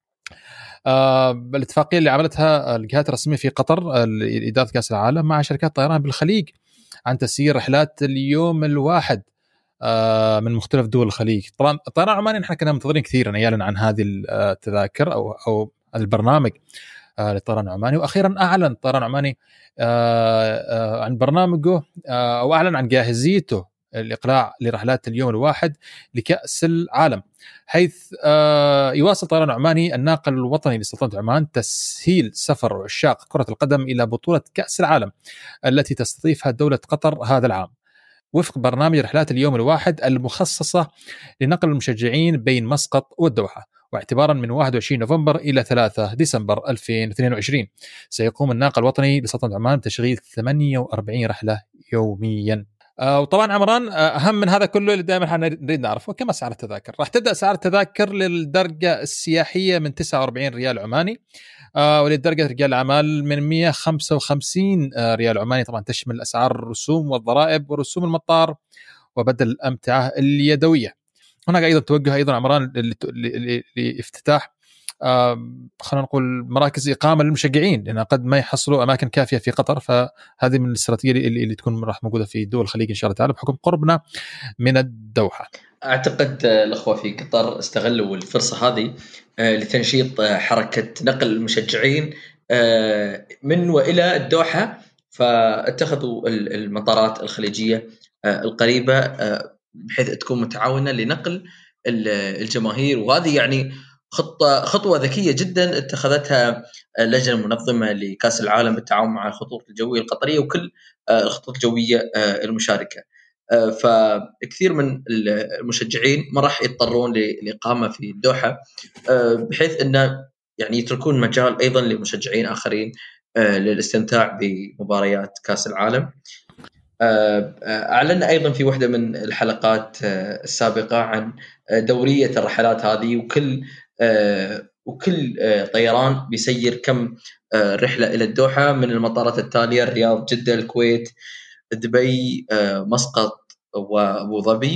آه بالاتفاقية اللي عملتها الجهات الرسمية في قطر لإدارة كأس العالم مع شركات طيران بالخليج عن تسيير رحلات اليوم الواحد آه من مختلف دول الخليج. طبعا الطيران العماني نحن كنا منتظرين كثيرا يعلن عن هذه التذاكر أو أو البرنامج آه للطيران العماني، وأخيرا أعلن الطيران العماني آه آه عن برنامجه آه أو أعلن عن جاهزيته الإقلاع لرحلات اليوم الواحد لكأس العالم، حيث آه يواصل الطيران العماني الناقل الوطني لسلطنة عمان تسهيل سفر عشاق كرة القدم إلى بطولة كأس العالم التي تستضيفها دولة قطر هذا العام، وفق برنامج رحلات اليوم الواحد المخصصة لنقل المشجعين بين مسقط والدوحة. واعتبارا من واحد وعشرين نوفمبر إلى ثلاثة ديسمبر ألفين واثنين وعشرين سيقوم الناقل الوطني لسلطنة عمان بتشغيل ثمانية وأربعين رحلة يوميا. آه وطبعا عمران، آه أهم من هذا كله اللي دائما نريد نعرفه كم أسعار التذاكر. راح تبدأ أسعار التذاكر للدرجة السياحية من تسعة وأربعين ريال عماني، آه وللدرجة رجال الأعمال من مئة وخمسة وخمسين آه ريال عماني. طبعا تشمل أسعار الرسوم والضرائب ورسوم المطار وبدل الأمتعة اليدوية. هناك أيضا توجه أيضا عمران لافتتاح آه خلينا نقول مراكز إقامة للمشجعين، لأن قد ما يحصلوا أماكن كافية في قطر، فهذه من الاستراتيجية اللي, اللي تكون راح موجودة في دول الخليج إن شاء الله تعالى بحكم قربنا من الدوحة. أعتقد الأخوة في قطر استغلوا الفرصة هذه لتنشيط حركة نقل المشجعين من وإلى الدوحة فاتخذوا المطارات الخليجية القريبة بحيث تكون متعاونة لنقل الجماهير. وهذه يعني خطة خطوة ذكية جدا اتخذتها اللجنة المنظمة لكأس العالم بالتعاون مع الخطوط الجوية القطرية وكل الخطوط الجوية المشاركة. فكثير من المشجعين ما راح يضطرون للإقامة في الدوحة، بحيث أنه يعني يتركون مجال أيضا لمشجعين آخرين للاستمتاع بمباريات كأس العالم. أعلن أيضا في واحدة من الحلقات السابقة عن دورية الرحلات هذه، وكل وكل طيران بيسير كم رحلة إلى الدوحة من المطارات التالية: الرياض، جدة، الكويت، دبي، مسقط وأبو ظبي.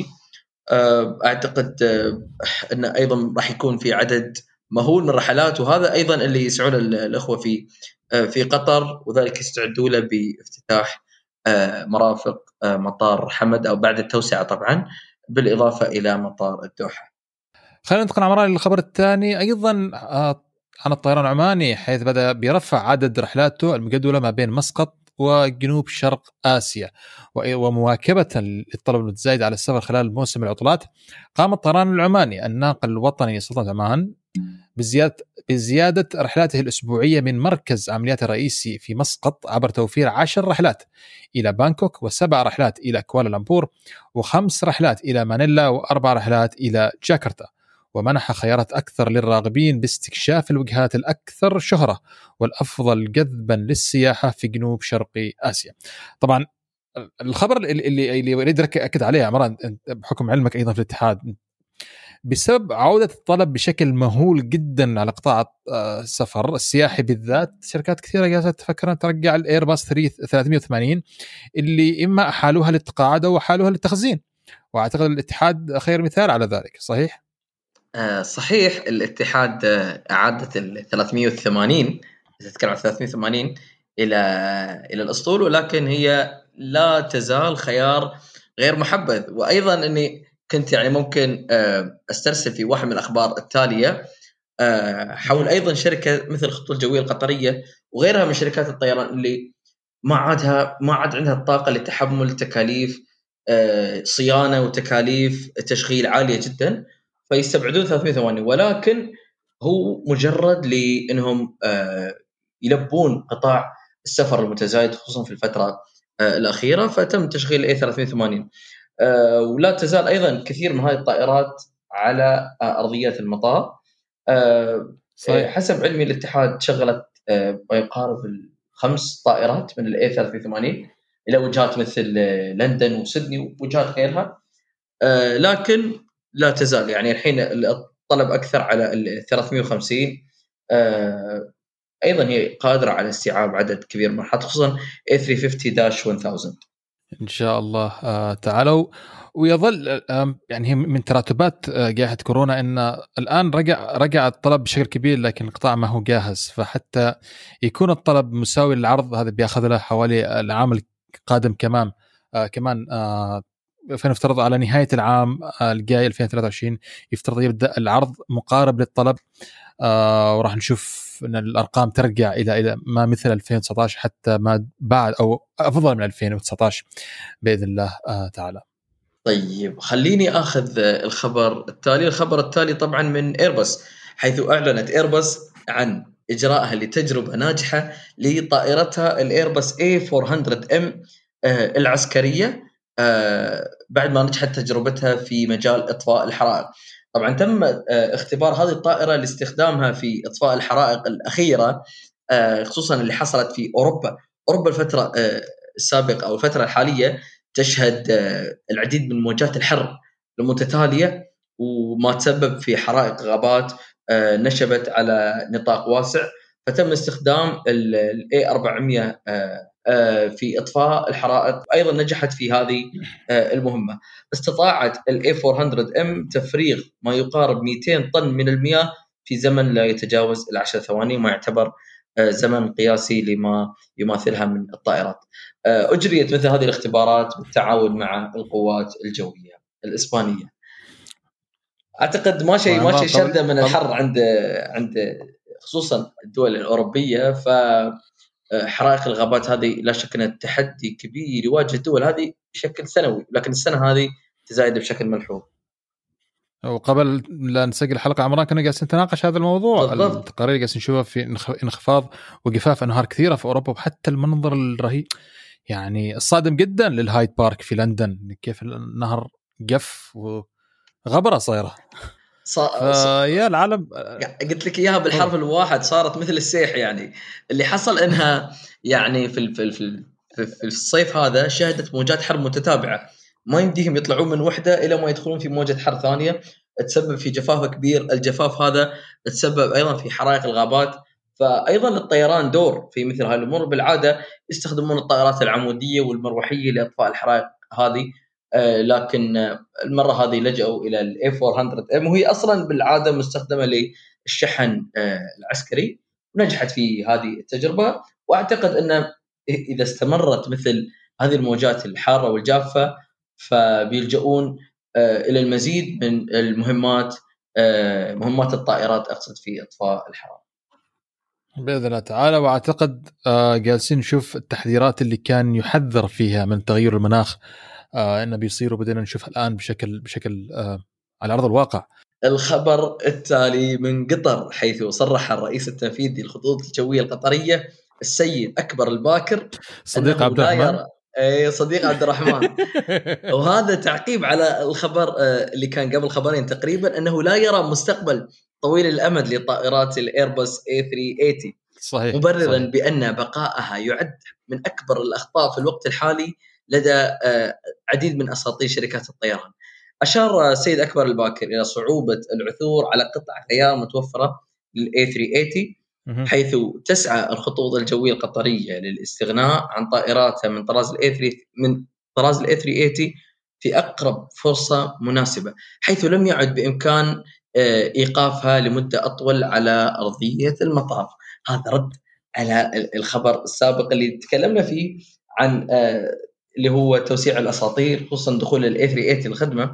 أعتقد أن أيضا راح يكون في عدد مهول من الرحلات، وهذا أيضا اللي يسعون الأخوة في في قطر، وذلك يستعدوا له بافتتاح مرافق مطار حمد أو بعد التوسعة طبعا، بالإضافة إلى مطار الدوحة. خلينا ننتقل عمران للخبر الثاني أيضا عن الطيران العماني، حيث بدأ بيرفع عدد رحلاته المجدولة ما بين مسقط وجنوب شرق آسيا. ومواكبة للطلب المتزايد على السفر خلال موسم العطلات، قام الطيران العماني الناقل الوطني سلطنة عمان بزيادة, بزيادة رحلاته الأسبوعية من مركز عمليات الرئيسي في مسقط عبر توفير عشر رحلات إلى بانكوك، وسبع رحلات إلى كوالالمبور، وخمس رحلات إلى مانيلا، وأربع رحلات إلى جاكرتا. ومنح خيارات أكثر للراغبين باستكشاف الوجهات الأكثر شهرة والأفضل جذبا للسياحة في جنوب شرقي آسيا. طبعا الخبر اللي اللي أريد أكد عليه عمران بحكم علمك أيضا في الاتحاد، بسبب عودة الطلب بشكل مهول جدا على قطاع السفر السياحي بالذات، شركات كثيرة جالسة تفكر أن ترجع الإيرباص ثلاثمية وثمانين اللي إما أحالوها للتقاعد أو أحالوها للتخزين، وأعتقد الاتحاد خير مثال على ذلك. صحيح؟ آه صحيح. الاتحاد أعادت ال ثلاثمية وثمانين، تتكلم عن ثلاثمية وثمانين إلى إلى الأسطول، ولكن هي لا تزال خيار غير محبذ. وأيضا أني كنت يعني ممكن أسترسل في واحد من الأخبار التالية حول أيضا شركة مثل الخطوط الجوية القطرية وغيرها من شركات الطيران اللي ما عادها ما عاد عندها الطاقة لتحمل تكاليف صيانة وتكاليف تشغيل عالية جدا، فيستبعدون ثلاثمية وثمانين. ولكن هو مجرد لأنهم يلبون قطاع السفر المتزايد خصوصا في الفترة الأخيرة، فتم تشغيل إيه ثلاثمية وثمانين. أه ولا تزال أيضا كثير من هذه الطائرات على أرضية المطار. أه حسب علمي الاتحاد شغلت أه ويقارب الخمس طائرات من الإيه ثلاثمية وثمانين إلى وجهات مثل لندن وسيدني ووجهات غيرها. أه لكن لا تزال يعني الحين الطلب أكثر على ال ثلاثمية وخمسين. أه أيضا هي قادرة على استيعاب عدد كبير من الرحلات، خصوصا إيه ثلاثمية وخمسين ألف. إن شاء الله آه تعالوا. ويظل آه يعني من تراتبات آه جائحة كورونا أن الآن رجع رجع الطلب بشكل كبير، لكن القطاع ما هو جاهز، فحتى يكون الطلب مساوي للعرض هذا بيأخذ له حوالي العام القادم كمان آه كمان آه فنفترض على نهاية العام الجاي ألفين وثلاثة وعشرين يفترض يبدأ العرض مقارب للطلب، آه وراح نشوف أن الأرقام ترجع إلى إلى ما مثل ألفين وتسعة عشر حتى ما بعد أو أفضل من ألفين وتسعة عشر بإذن الله آه تعالى. طيب خليني أخذ الخبر التالي. الخبر التالي طبعا من إيرباص، حيث أعلنت إيرباص عن إجراءها لتجربة ناجحة لطائرتها الإيرباص إيه أربعمية إم آه العسكرية آه بعد ما نجحت تجربتها في مجال إطفاء الحرائق. طبعا تم آه اختبار هذه الطائرة لاستخدامها في إطفاء الحرائق الأخيرة، آه خصوصا اللي حصلت في أوروبا. أوروبا الفترة آه السابقة أو الفترة الحالية تشهد العديد من موجات الحر المتتالية، وما تسبب في حرائق غابات نشبت على نطاق واسع، فتم استخدام ال إيه أربعمية في إطفاء الحرائق. أيضا نجحت في هذه المهمة. استطاعت ال إيه أربعمية إم تفريغ ما يقارب مئتين طن من المياه في زمن لا يتجاوز العشر ثواني، ما يعتبر زمن قياسي لما يماثلها من الطائرات. أجريت مثل هذه الاختبارات بالتعاون مع القوات الجوية الإسبانية. أعتقد ما شيء ما شيء شدة من الحر عند عند خصوصا الدول الأوروبية، ف حرائق الغابات هذه لا شك أنها تحدي كبير يواجه الدول هذه بشكل سنوي، لكن السنة هذه تزايد بشكل ملحوظ. وقبل لا نسجل الحلقة عمران كنا جالسين نتناقش هذا الموضوع، بالضبط. التقارير جالسين نشوفها في انخفاض وجفاف أنهار كثيرة في أوروبا، وحتى المنظر الرهيب يعني الصادم جدا للهايد بارك في لندن، كيف النهر جف وغبرة صايرة صا... يا العالم. قلت لك إياها بالحرف الواحد، صارت مثل السيح. يعني اللي حصل إنها يعني في في في في الصيف هذا شهدت موجات حر متتابعة، ما يمديهم يطلعون من وحدة إلى ما يدخلون في موجة حر ثانية تسبب في جفاف كبير. الجفاف هذا تسبب أيضا في حرائق الغابات. فأيضا للطيران دور في مثل هذه الأمور. بالعادة يستخدمون الطائرات العمودية والمروحية لإطفاء الحرائق هذه، آه لكن المرة هذه لجأوا إلى ال إيه أربعمية إم، وهي أصلا بالعادة مستخدمة للشحن آه العسكري، ونجحت في هذه التجربة. وأعتقد أن إذا استمرت مثل هذه الموجات الحارة والجافة فبيلجؤون آه إلى المزيد من المهمات، آه مهمات الطائرات أقصد في إطفاء الحرائق بإذن الله تعالى. وأعتقد آه جالسين نشوف التحذيرات اللي كان يحذر فيها من تغير المناخ آه إنه بيصير، وبدنا نشوفها الآن بشكل بشكل آه على أرض الواقع. الخبر التالي من قطر، حيث صرح الرئيس التنفيذي للخطوط الجوية القطرية السيد أكبر الباكر صديق عبد الرحمن أي صديق عبد الرحمن وهذا تعقيب على الخبر اللي كان قبل خبرين تقريبا، أنه لا يرى مستقبل طويل الأمد لطائرات الإيرباص إيه ثلاثمية وثمانين، صحيح مبررا صحيح. بأن بقائها يعد من أكبر الأخطاء في الوقت الحالي لدى عديد من أساطير شركات الطيران. أشار السيد أكبر الباكر إلى صعوبة العثور على قطع غيار متوفرة للإيه ثلاثمية وثمانين، حيث تسعى الخطوط الجوية القطرية للاستغناء عن طائراتها من طراز الإيه من طراز الإيه ثلاثمية وثمانين في أقرب فرصة مناسبة، حيث لم يعد بإمكان إيقافها لمدة أطول على أرضية المطار. هذا رد على الخبر السابق اللي تكلمنا فيه عن اللي هو توسيع الأساطير، خصوصا دخول الإيه ثلاثمية وثمانين الخدمة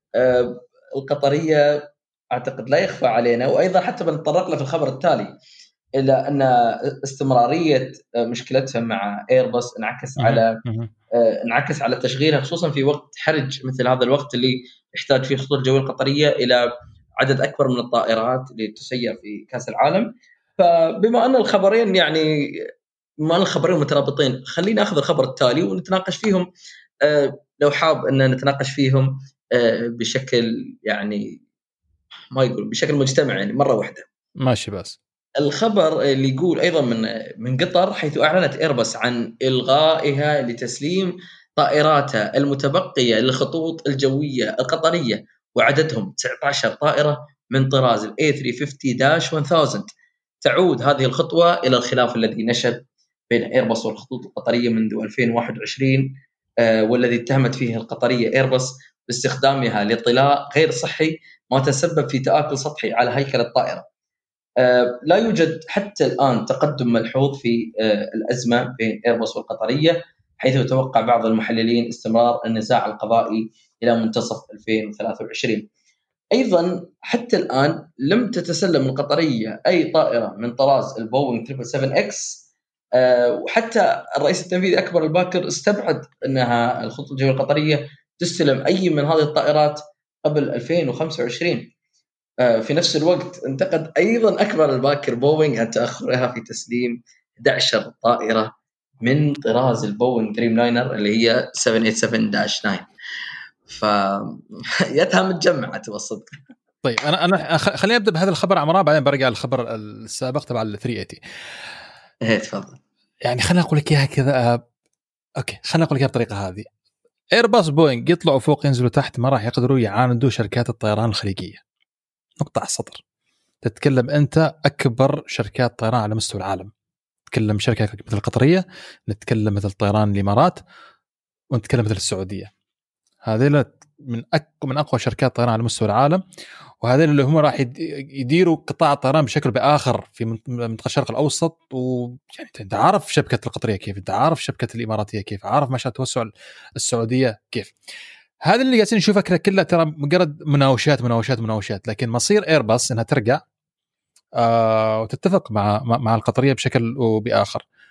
القطرية. أعتقد لا يخفى علينا، وأيضا حتى بنتطرق له في الخبر التالي، إلا أن استمرارية مشكلتها مع إيرباص انعكس على انعكس على تشغيلها، خصوصا في وقت حرج مثل هذا الوقت اللي يحتاج فيه الخطوط الجوية القطرية إلى عدد أكبر من الطائرات لتسير في كأس العالم. فبما أن الخبرين يعني ما الخبرين مترابطين، خلينا نأخذ الخبر التالي ونتناقش فيهم، أه لو حاب أن نتناقش فيهم أه بشكل يعني ما يقول بشكل مجتمع يعني مرة واحدة. ماشي. بس الخبر اللي يقول أيضا من من قطر، حيث أعلنت إيرباص عن إلغائها لتسليم طائراتها المتبقية للخطوط الجوية القطرية، وعددهم تسعة عشر طائرة من طراز ال إيه ثلاثمية وخمسين ألف. تعود هذه الخطوة إلى الخلاف الذي نشب بين إيرباص والخطوط القطرية منذ ألفين وواحد وعشرين، آه والذي اتهمت فيه القطرية إيرباص باستخدامها لطلاء غير صحي ما تسبب في تآكل سطحي على هيكل الطائرة. آه لا يوجد حتى الآن تقدم ملحوظ في آه الأزمة بين إيرباص والقطرية، حيث يتوقع بعض المحللين استمرار النزاع القضائي إلى منتصف ألفين وثلاثة وعشرين. أيضا حتى الآن لم تتسلم القطرية أي طائرة من طراز البوينغ سبعة سبعة سبعة إكس، أه وحتى الرئيس التنفيذي أكبر الباكر استبعد أنها الخطوط الجوية القطرية تستلم أي من هذه الطائرات قبل ألفين وخمسة وعشرين. أه في نفس الوقت انتقد أيضا أكبر الباكر بوينغ عن تأخرها في تسليم أحد عشر طائرة من طراز البوينغ دريم لاينر اللي هي سبعمية وسبعة تسعة. فيتها متجمعة الصدق. طيب أنا أنا خليني أبدأ بهذا الخبر عمران، بعدين برجع الخبر السابق تبع ال ثلاثمية وثمانين. إيه تفضل. يعني خليني أقول لك إياها كذا. أوكي خليني أقول لك إياها بالطريقة هذه. إيرباص بوينغ يطلعوا فوق ينزلوا تحت، ما راح يقدروا يعاندوا شركات الطيران الخليجية. نقطة على السطر. تتكلم أنت أكبر شركات طيران على مستوى العالم، نتكلم شركة مثل القطرية، نتكلم مثل طيران الإمارات، ونتكلم مثل السعودية. هذه من أك من أقوى شركات طيران على مستوى العالم، وهذين اللي هم راح يديروا قطاع الطيران بشكل بآخر في منطقة الشرق الأوسط. ويعني أنت عارف شبكة القطرية كيف، أنت عارف شبكة الإماراتية كيف، عارف مشروع توسع السعودية كيف. هذا اللي قاعدين نشوفه كله ترى مجرد مناوشات مناوشات مناوشات، لكن مصير إيرباص إنها ترجع آه وتتفق مع مع القطرية بشكل وبآخر.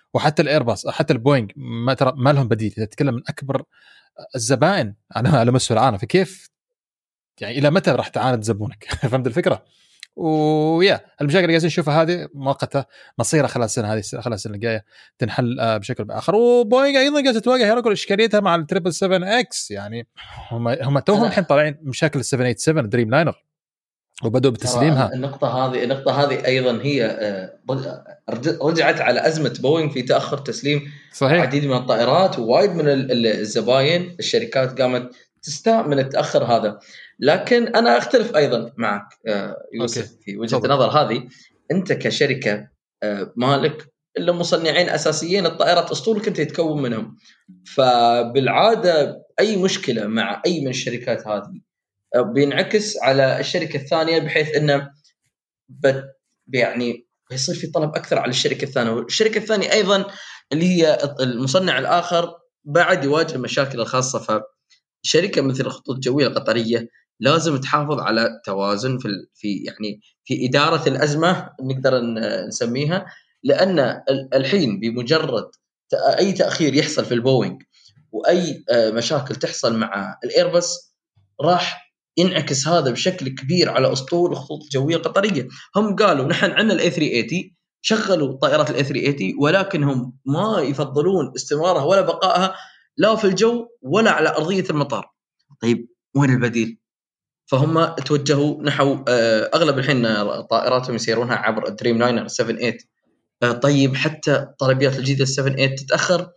وحتى الايرباص حتى البوينغ ما ترى ما لهم بديل. تتكلم من اكبر الزبائن على على مستوى العالم، فكيف يعني الى متى راح تعاند زبونك؟ فهمت الفكره؟ ويا المشاكل اللي قاعدين نشوفها هذه مؤقته، مصيرها خلال السنه هذه خلال السنه الجايه تنحل بشكل باخر. وبوينغ ايضا قاعده تواجه يا رجل اشكاليتها مع التريبل سفن اكس، يعني هم هم توهم الحين طالعين مشاكل السفن ثمانية سبعة دريم لاينر وبدأوا بتسليمها. النقطة هذه النقطة هذه أيضا هي رجعت على أزمة بوينغ في تأخر تسليم صحيح. عديد من الطائرات، ووايد من الزباين الشركات قامت تستاء من التأخر هذا. لكن أنا أختلف أيضا معك يوسف أوكي. في وجهة النظر هذه، أنت كشركة مالك إلا مصنعين أساسيين الطائرات أسطولك أنت يتكون منهم، فبالعادة أي مشكلة مع أي من الشركات هذه بينعكس على الشركة الثانية، بحيث إنه بت يعني بيصير في طلب أكثر على الشركة الثانية، والشركة الثانية أيضا اللي هي المصنع الآخر بعد يواجه مشاكل الخاصة. فشركة مثل الخطوط الجوية القطرية لازم تحافظ على توازن في في يعني في إدارة الأزمة نقدر نسميها، لأن الحين بمجرد أي تأخير يحصل في البوينغ وأي مشاكل تحصل مع الإيرباص راح ينعكس هذا بشكل كبير على أسطول الخطوط الجوية القطرية. هم قالوا نحن عندنا الإيه ثلاثمية وثمانين، شغلوا طائرات الإيه ثلاثمية وثمانين، ولكنهم ما يفضلون استمرارها ولا بقائها لا في الجو ولا على أرضية المطار. طيب وين البديل؟ فهم توجهوا نحو أغلب الحين طائراتهم يسيرونها عبر دريم لاينر سبعة ثمانية. طيب حتى طلبيات الجديدة سبعة ثمانية تتأخر.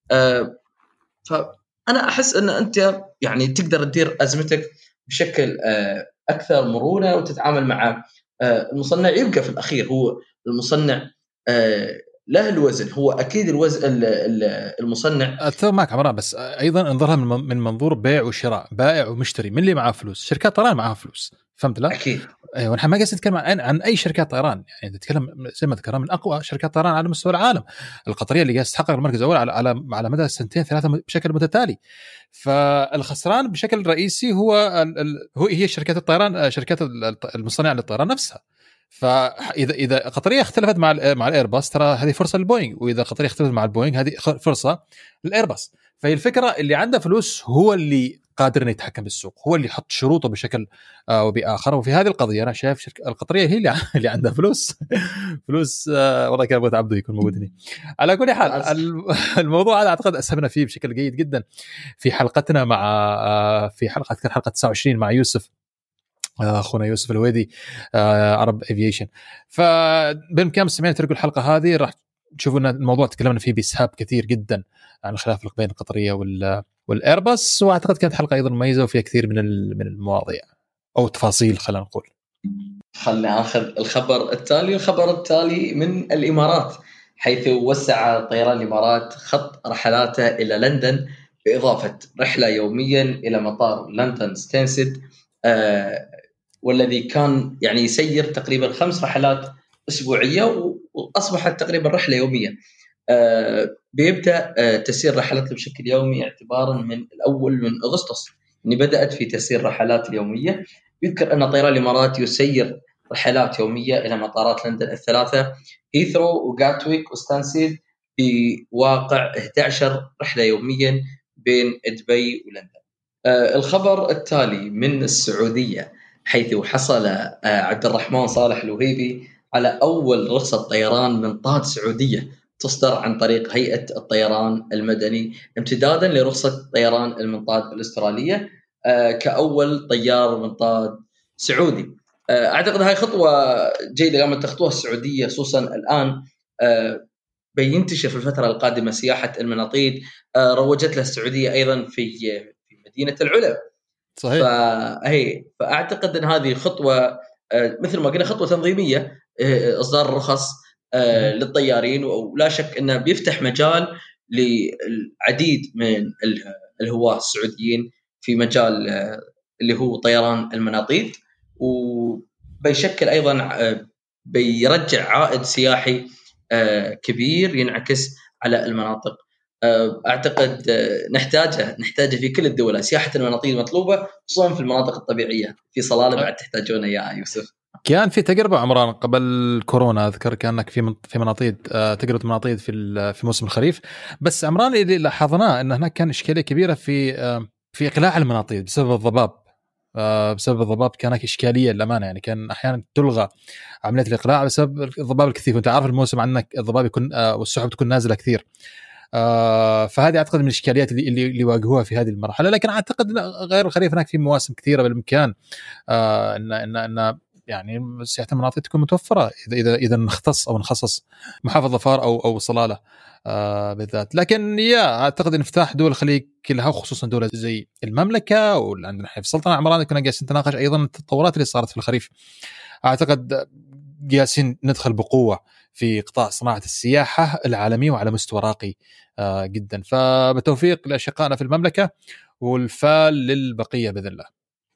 فأنا أحس أن أنت يعني تقدر تدير أزمتك بشكل أكثر مرونة وتتعامل مع المصنع. يبقى في الأخير هو المصنع له الوزن، هو أكيد الوزن المصنع. أتفق معك عمران، بس أيضا انظرها من منظور بيع وشراء، بائع ومشتري. من اللي معاه فلوس؟ شركات طيران معها فلوس، فهمت لا؟ أكيد. أيوة، ونحن ما قاعد نتكلم عن عن أي شركات طيران، يعني نتكلم زي ما ذكرنا من أقوى شركات طيران على مستوى العالم. القطرية اللي قاعد تحقق المركز الأول على على على مدى سنتين ثلاثة بشكل متتالي. فالخسران بشكل رئيسي هو هو هي شركات الطيران، شركات المصنعة للطيران نفسها. فاذا اذا قطريه اختلفت مع مع الايرباص ترى هذه فرصه للبوينغ، واذا قطريه اختلفت مع البوينغ هذه فرصه للايرباص. فهي الفكره اللي عنده فلوس هو اللي قادر انه يتحكم بالسوق، هو اللي يحط شروطه بشكل آه وبآخر. وفي هذه القضيه انا شايف شركه القطريه هي اللي اللي عندها فلوس فلوس آه والله كان ابو عبده يكون موجود هنا. على كل حال الموضوع هذا اعتقد اسهبنا فيه بشكل جيد جدا في حلقتنا مع آه في حلقه كان حلقه تسعة وعشرين مع يوسف اخونا يوسف الويدي عرب افييشن. فبالامكان المستمعين ترجعوا الحلقه هذه راح تشوفوا ان الموضوع تكلمنا فيه باسهاب كثير جدا عن الخلاف بين القطريه والايرباص، واعتقد كانت حلقه ايضا مميزه وفيها كثير من من المواضيع او تفاصيل. خلينا نقول خلنا اخذ الخبر التالي. الخبر التالي من الامارات، حيث وسع طيران الامارات خط رحلاته الى لندن باضافه رحله يوميا الى مطار لندن ستانسيد، آه والذي كان يعني يسير تقريبا خمس رحلات أسبوعية وأصبحت تقريبا رحلة يومية. آه بيبدأ آه تسير رحلات بشكل يومي اعتبارا من الأول من أغسطس، يعني بدأت في تسير رحلات اليومية. يذكر أن طيران الإمارات يسير رحلات يومية إلى مطارات لندن الثلاثة هيثرو وغاتويك وستانسيد بواقع إحدى عشرة رحلة يوميا بين دبي ولندن. آه الخبر التالي من السعودية، حيث حصل عبد الرحمن صالح الوهيبي على أول رخصة طيران منطاد سعودية تصدر عن طريق هيئة الطيران المدني امتدادا لرخصة طيران المنطاد الأسترالية كأول طيار منطاد سعودي. أعتقد هاي خطوة جيدة قامت تخطوها السعودية، خصوصا الآن بينتشر في الفترة القادمة سياحة المناطيد، روجت لها السعودية أيضا في في مدينة العلا. صحيح. فهي فأعتقد أن هذه خطوة مثل ما قلنا خطوة تنظيمية، إصدار الرخص للطيارين، ولا شك أنه بيفتح مجال للعديد من الهواة السعوديين في مجال اللي هو طيران المناطيد، وبيشكل أيضا بيرجع عائد سياحي كبير ينعكس على المناطق. أعتقد نحتاجه نحتاجه في كل الدول. سياحة المناطيد مطلوبة خصوصا في المناطق الطبيعية. في صلالة بعد تحتاجونها يا يوسف. كان في تجربة عمران قبل كورونا، أذكر كأنك في في مناطيد تجربة مناطيد في في موسم الخريف. بس عمران اللي لاحظناه أن هناك كان إشكالية كبيرة في في إقلاع المناطيد بسبب الضباب. بسبب الضباب كان هناك إشكالية للأمانة، يعني كان أحيانا تلغى عملية الإقلاع بسبب الضباب الكثير. وأنت عارف الموسم عنك الضباب يكون والسحب تكون نازلة كثير. آه فهذه أعتقد من الإشكاليات اللي اللي, اللي واجهوها في هذه المرحلة. لكن أعتقد غير الخريف هناك في مواسم كثيرة بالإمكان آه إن إن إن يعني سياحة المناطق تكون متوفرة إذا إذا إذا نختص أو نخصص محافظة ظفار أو أو صلالة آه بالذات. لكن يا أعتقد إن افتتاح دول الخليج كلها وخصوصا دولة زي المملكة وعندنا في السلطنة عمران كنا جالسين نتناقش أيضا التطورات اللي صارت في الخريف. أعتقد جالسين ندخل بقوة في قطاع صناعة السياحة العالمي وعلى مستوى راقي آه جدا. فبتوفيق لأشقائنا في المملكة والفال للبقية بإذن الله.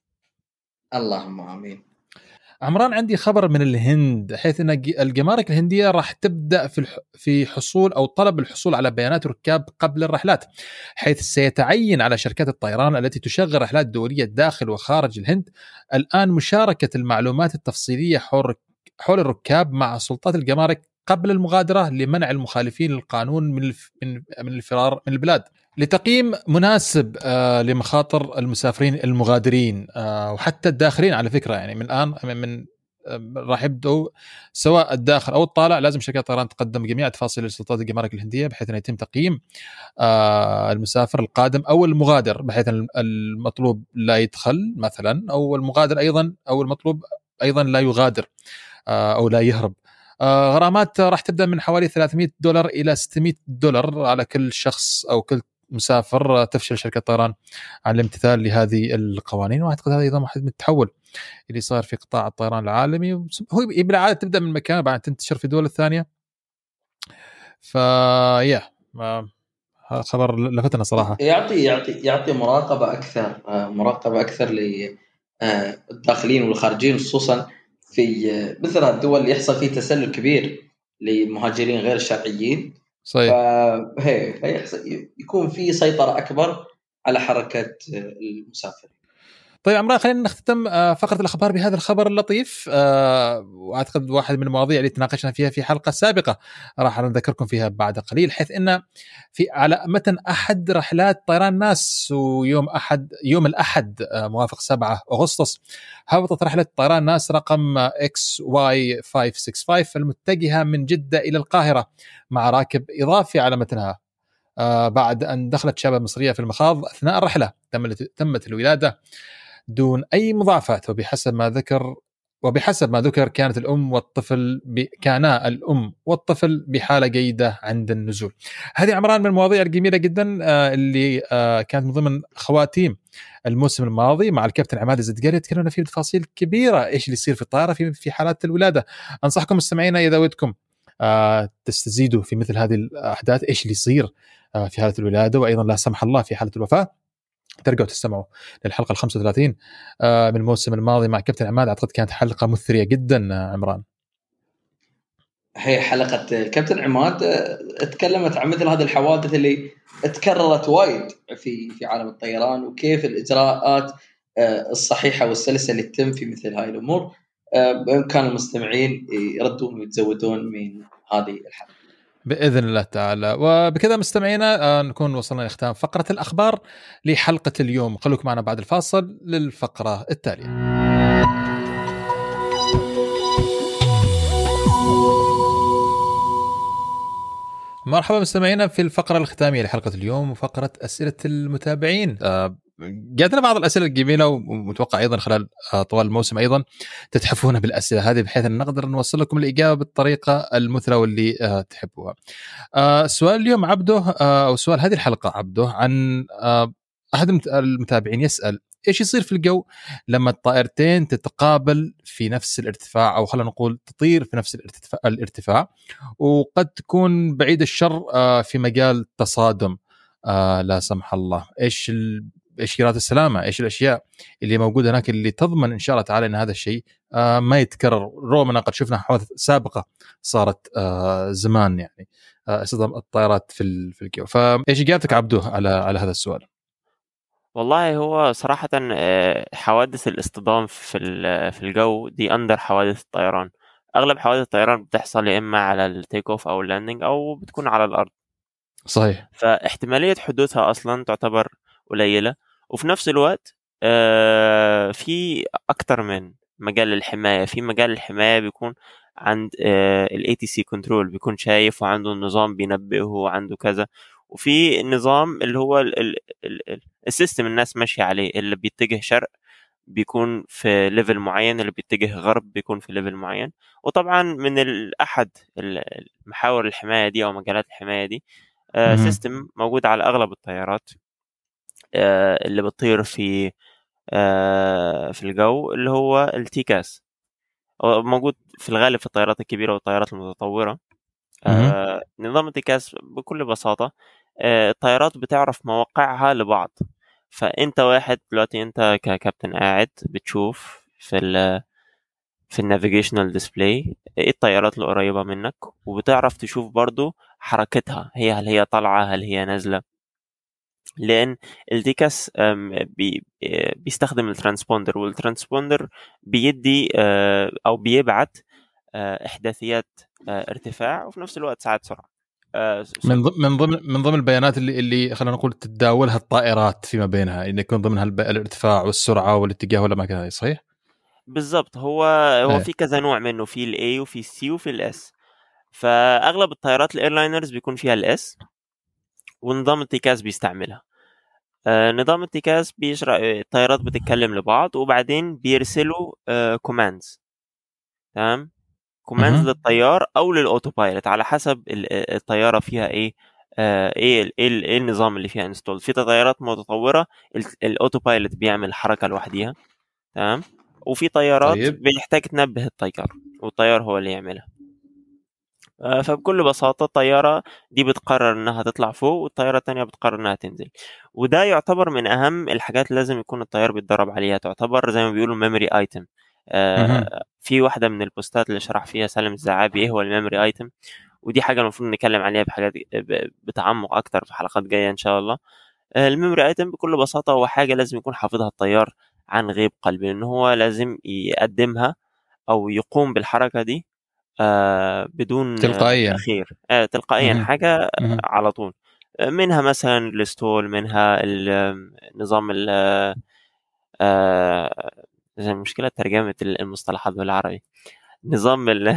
اللهم آمين. عمران عندي خبر من الهند، حيث أن الجمارك الهندية راح تبدأ في في حصول أو طلب الحصول على بيانات ركاب قبل الرحلات، حيث سيتعين على شركات الطيران التي تشغل رحلات دولية داخل وخارج الهند الآن مشاركة المعلومات التفصيلية حول حول الركاب مع سلطات الجمارك قبل المغادرة لمنع المخالفين للقانون من من الفرار من البلاد، لتقييم مناسب آه لمخاطر المسافرين المغادرين آه وحتى الداخلين. على فكرة يعني من الآن من آه راح يبدأوا سواء الداخل أو الطالع لازم شركات الطيران تقدم جميع تفاصيل لسلطات الجمارك الهندية بحيث أن يتم تقييم آه المسافر القادم أو المغادر، بحيث المطلوب لا يدخل مثلا أو المغادر أيضا أو المطلوب أيضا لا يغادر آه أو لا يهرب. آه غرامات راح تبدأ من حوالي ثلاثمائة دولار إلى ستمائة دولار على كل شخص أو كل مسافر تفشل شركة الطيران عن الامتثال لهذه القوانين. واعتقد هذا ايضا واحد من التحول اللي صار في قطاع الطيران العالمي. هو بالعاده تبدا من مكان بعد تنتشر في دول الثانيه. فيا هذا خبر لفتنا صراحه. يعطي يعطي يعطي مراقبه اكثر مراقبه اكثر للداخلين والخارجين، خصوصا في مثل الدول اللي يحصل فيه تسلل كبير للمهاجرين غير الشرعيين. صحيح. فهي هيحصل يكون في سيطرة أكبر على حركة المسافر. طيب عمران خلينا نختتم فقرة الأخبار بهذا الخبر اللطيف، وأعتقد واحد من المواضيع اللي تناقشنا فيها في حلقة سابقة راح نذكركم فيها بعد قليل، حيث إن في على متن أحد رحلات طيران ناس ويوم أحد يوم الأحد موافق سبعة أغسطس هبطت رحلة طيران ناس رقم إكس واي خمسمائة وخمسة وستين المتجهة من جدة إلى القاهرة مع راكب إضافي على متنها بعد أن دخلت شابة مصرية في المخاض أثناء الرحلة. تمت الولادة دون أي مضاعفات، وبحسب ما ذكر وبحسب ما ذكر كانت الأم والطفل ب... كانا الأم والطفل بحالة جيدة عند النزول. هذه عمران من المواضيع الجميلة جدا اللي كانت من ضمن خواتيم الموسم الماضي مع الكابتن عماد الزدقاري، تكلمنا فيه بتفاصيل كبيرة إيش اللي يصير في الطائرة في في حالات الولادة. أنصحكم مستمعينا إذا ودكم تستزيدوا في مثل هذه الأحداث إيش اللي يصير في حالة الولادة، وأيضا لا سمح الله في حالة الوفاة، ترجعوا تستمعوا للحلقة الخمسة وثلاثين من الموسم الماضي مع كابتن عماد. أعتقد كانت حلقة مثرية جدا عمران. هي حلقة الكابتن عماد اتكلمت عن مثل هذه الحوادث اللي اتكررت وايد في في عالم الطيران، وكيف الإجراءات الصحيحة والسلسة اللي تتم في مثل هاي الأمور. بإمكان المستمعين يردون ويتزودون من هذه الحلقة بإذن الله تعالى. وبكذا مستمعينا نكون وصلنا لختام فقرة الأخبار لحلقة اليوم. خلوكم معنا بعد الفاصل للفقرة التالية. مرحبا مستمعينا في الفقرة الختامية لحلقة اليوم وفقرة أسئلة المتابعين. جاتنا بعض الأسئلة الجميلة ومتوقع أيضا خلال طوال الموسم أيضا تتحفون بالأسئلة هذه بحيث أن نقدر نوصل لكم الإجابة بالطريقة المثلى واللي تحبوها. سؤال اليوم عبده أو سؤال هذه الحلقة عبده عن أحد المتابعين يسأل إيش يصير في الجو لما الطائرتين تتقابل في نفس الارتفاع، أو خلينا نقول تطير في نفس الارتفاع, الارتفاع وقد تكون بعيد الشر في مجال تصادم لا سمح الله. إيش إيش إشارات السلامة، إيش الأشياء اللي موجودة هناك اللي تضمن إن شاء الله تعالى أن هذا الشيء ما يتكرر، رغم أن قد شفنا حوادث سابقة صارت زمان يعني اصطدام الطائرات في في الجو. فإيش إجابتك عبده على على هذا السؤال؟ والله هو صراحة حوادث الاصطدام في في الجو دي أندر حوادث الطيران. أغلب حوادث الطيران بتحصل يا إما على التيك أوف أو اللاندنج أو بتكون على الأرض. صحيح. فاحتمالية حدوثها أصلا تعتبر قليلة، وفي نفس الوقت في أكتر من مجال للحماية. في مجال الحماية بيكون عند ال إيه تي سي كنترول، بيكون شايف وعنده النظام بينبهه وعنده كذا. وفي النظام اللي هو السيستم الناس ماشية عليه، اللي بيتجه شرق بيكون في ليفل معين، اللي بيتجه غرب بيكون في ليفل معين. وطبعا من الأحد المحاور الحماية دي أو مجالات الحماية دي سيستم موجود على أغلب الطيارات اللي بتطير في في الجو، اللي هو التيكاس. موجود في الغالب في الطيارات الكبيرة والطيارات المتطورة. آه، نظام التيكاس بكل بساطة آه، الطيارات بتعرف مواقعها لبعض. فأنت واحد دلوقتي أنت ككابتن قاعد بتشوف في ال في النافيجيشنال ديسبلاي ايه الطيارات اللي قريبة منك، وبتعرف تشوف برضو حركتها، هي هل هي طالعة هل هي نازلة. لأن التيكاس بي بيستخدم الترانسبوندر، والترانسبوندر بيدي آه، أو بيبعت احداثيات ارتفاع وفي نفس الوقت ساعات سرعه. من ضمن من ضمن من ضمن البيانات اللي اللي خلينا نقول تتداولها الطائرات فيما بينها، ان يكون ضمنها الارتفاع والسرعه والاتجاه ولا ما كذا، صحيح؟ بالضبط. هو هو في كذا نوع منه، في الاي وفي السي وفي الاس. فاغلب الطيارات الايرلاينرز بيكون فيها الاس، ونظام التيكاس بيستعملها. آه نظام التيكاس بيشرح الطيارات بتتكلم لبعض، وبعدين بيرسلوا آه كوماندز. تمام، كوماندز للطيار او للاوتو بايلوت على حسب الطياره فيها ايه آه ايه ايه, إيه النظام اللي فيها انستول. في طيارات متطوره الاوتو بايلوت بيعمل حركه لوحديها، تمام، وفي طيارات طيب. بيحتاج تنبه الطيار والطيار هو اللي يعملها. آه فبكل بساطه الطياره دي بتقرر انها تطلع فوق، والطياره الثانيه بتقرر انها تنزل. وده يعتبر من اهم الحاجات اللي لازم يكون الطيار بيتدرب عليها، تعتبر زي ما بيقولوا ميموري ايتم. آه في واحدة من البوستات اللي شرح فيها سالم الزعابي ايه هو الميموري ايتم، ودي حاجة المفروض نتكلم عليها بحاجات بتعمق اكتر في حلقات جاية ان شاء الله. آه الميموري ايتم بكل بساطة هو حاجة لازم يكون حافظها الطيار عن غيب قلب، لان هو لازم يقدمها او يقوم بالحركة دي آه بدون تلقائيا تأخير، آه تلقائيا مم. حاجة آه مم. على طول. منها مثلا الستول، منها النظام ال آه زي مشكلة ترجمة المصطلحات بالعربي، نظام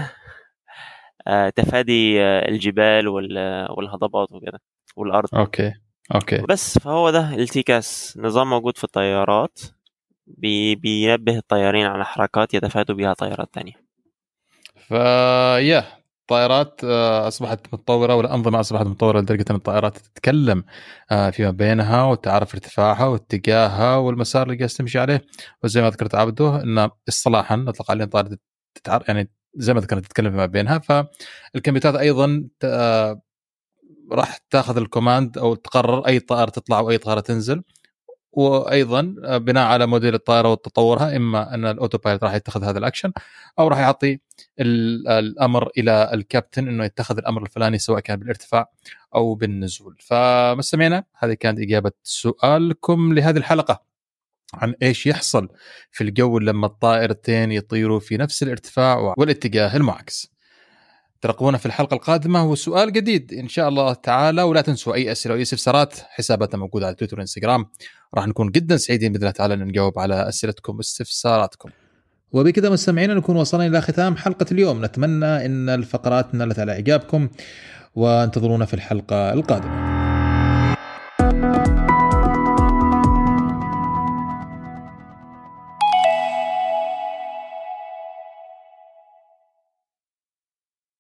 تفادي الجبال والهضبات وكده والأرض. اوكي اوكي بس فهو ده التيكاس، نظام موجود في الطيارات بي بينبه الطيارين على حركات يتفادوا بها طيارات تانية. فيا الطائرات أصبحت متطورة، والأنظمة أصبحت متطورة لدرجة أن الطائرات تتكلم فيما بينها وتعرف ارتفاعها واتجاهها والمسار اللي قاعد تمشي عليه. وزي ما ذكرت عبده أن اصطلاحا نطلق عليه طائرة تتعرف، يعني زي ما ذكرت تتكلم فيما بينها. فالكمبيوترات أيضا راح تاخذ الكوماند أو تقرر أي طائرة تطلع وأي طائرة تنزل، وايضا بناء على موديل الطائره وتطورها، اما ان الاوتو بايلوت راح يتخذ هذا الاكشن او راح يعطي الامر الى الكابتن انه يتخذ الامر الفلاني سواء كان بالارتفاع او بالنزول. فمستمعينا هذه كانت اجابه سؤالكم لهذه الحلقه عن ايش يحصل في الجو لما الطائرتين يطيروا في نفس الارتفاع والاتجاه المعاكس. ترقبونا في الحلقة القادمة وسؤال جديد إن شاء الله تعالى. ولا تنسوا أي أسئلة أو أي استفسارات، حساباتنا موجودة على تويتر وإنستغرام، راح نكون جدا سعيدين بإذن الله تعالى أن نجاوب على أسئلتكم واستفساراتكم. وبكذا مستمعينا نكون وصلنا إلى ختام حلقة اليوم. نتمنى أن الفقرات نالت على إعجابكم، وانتظرونا في الحلقة القادمة.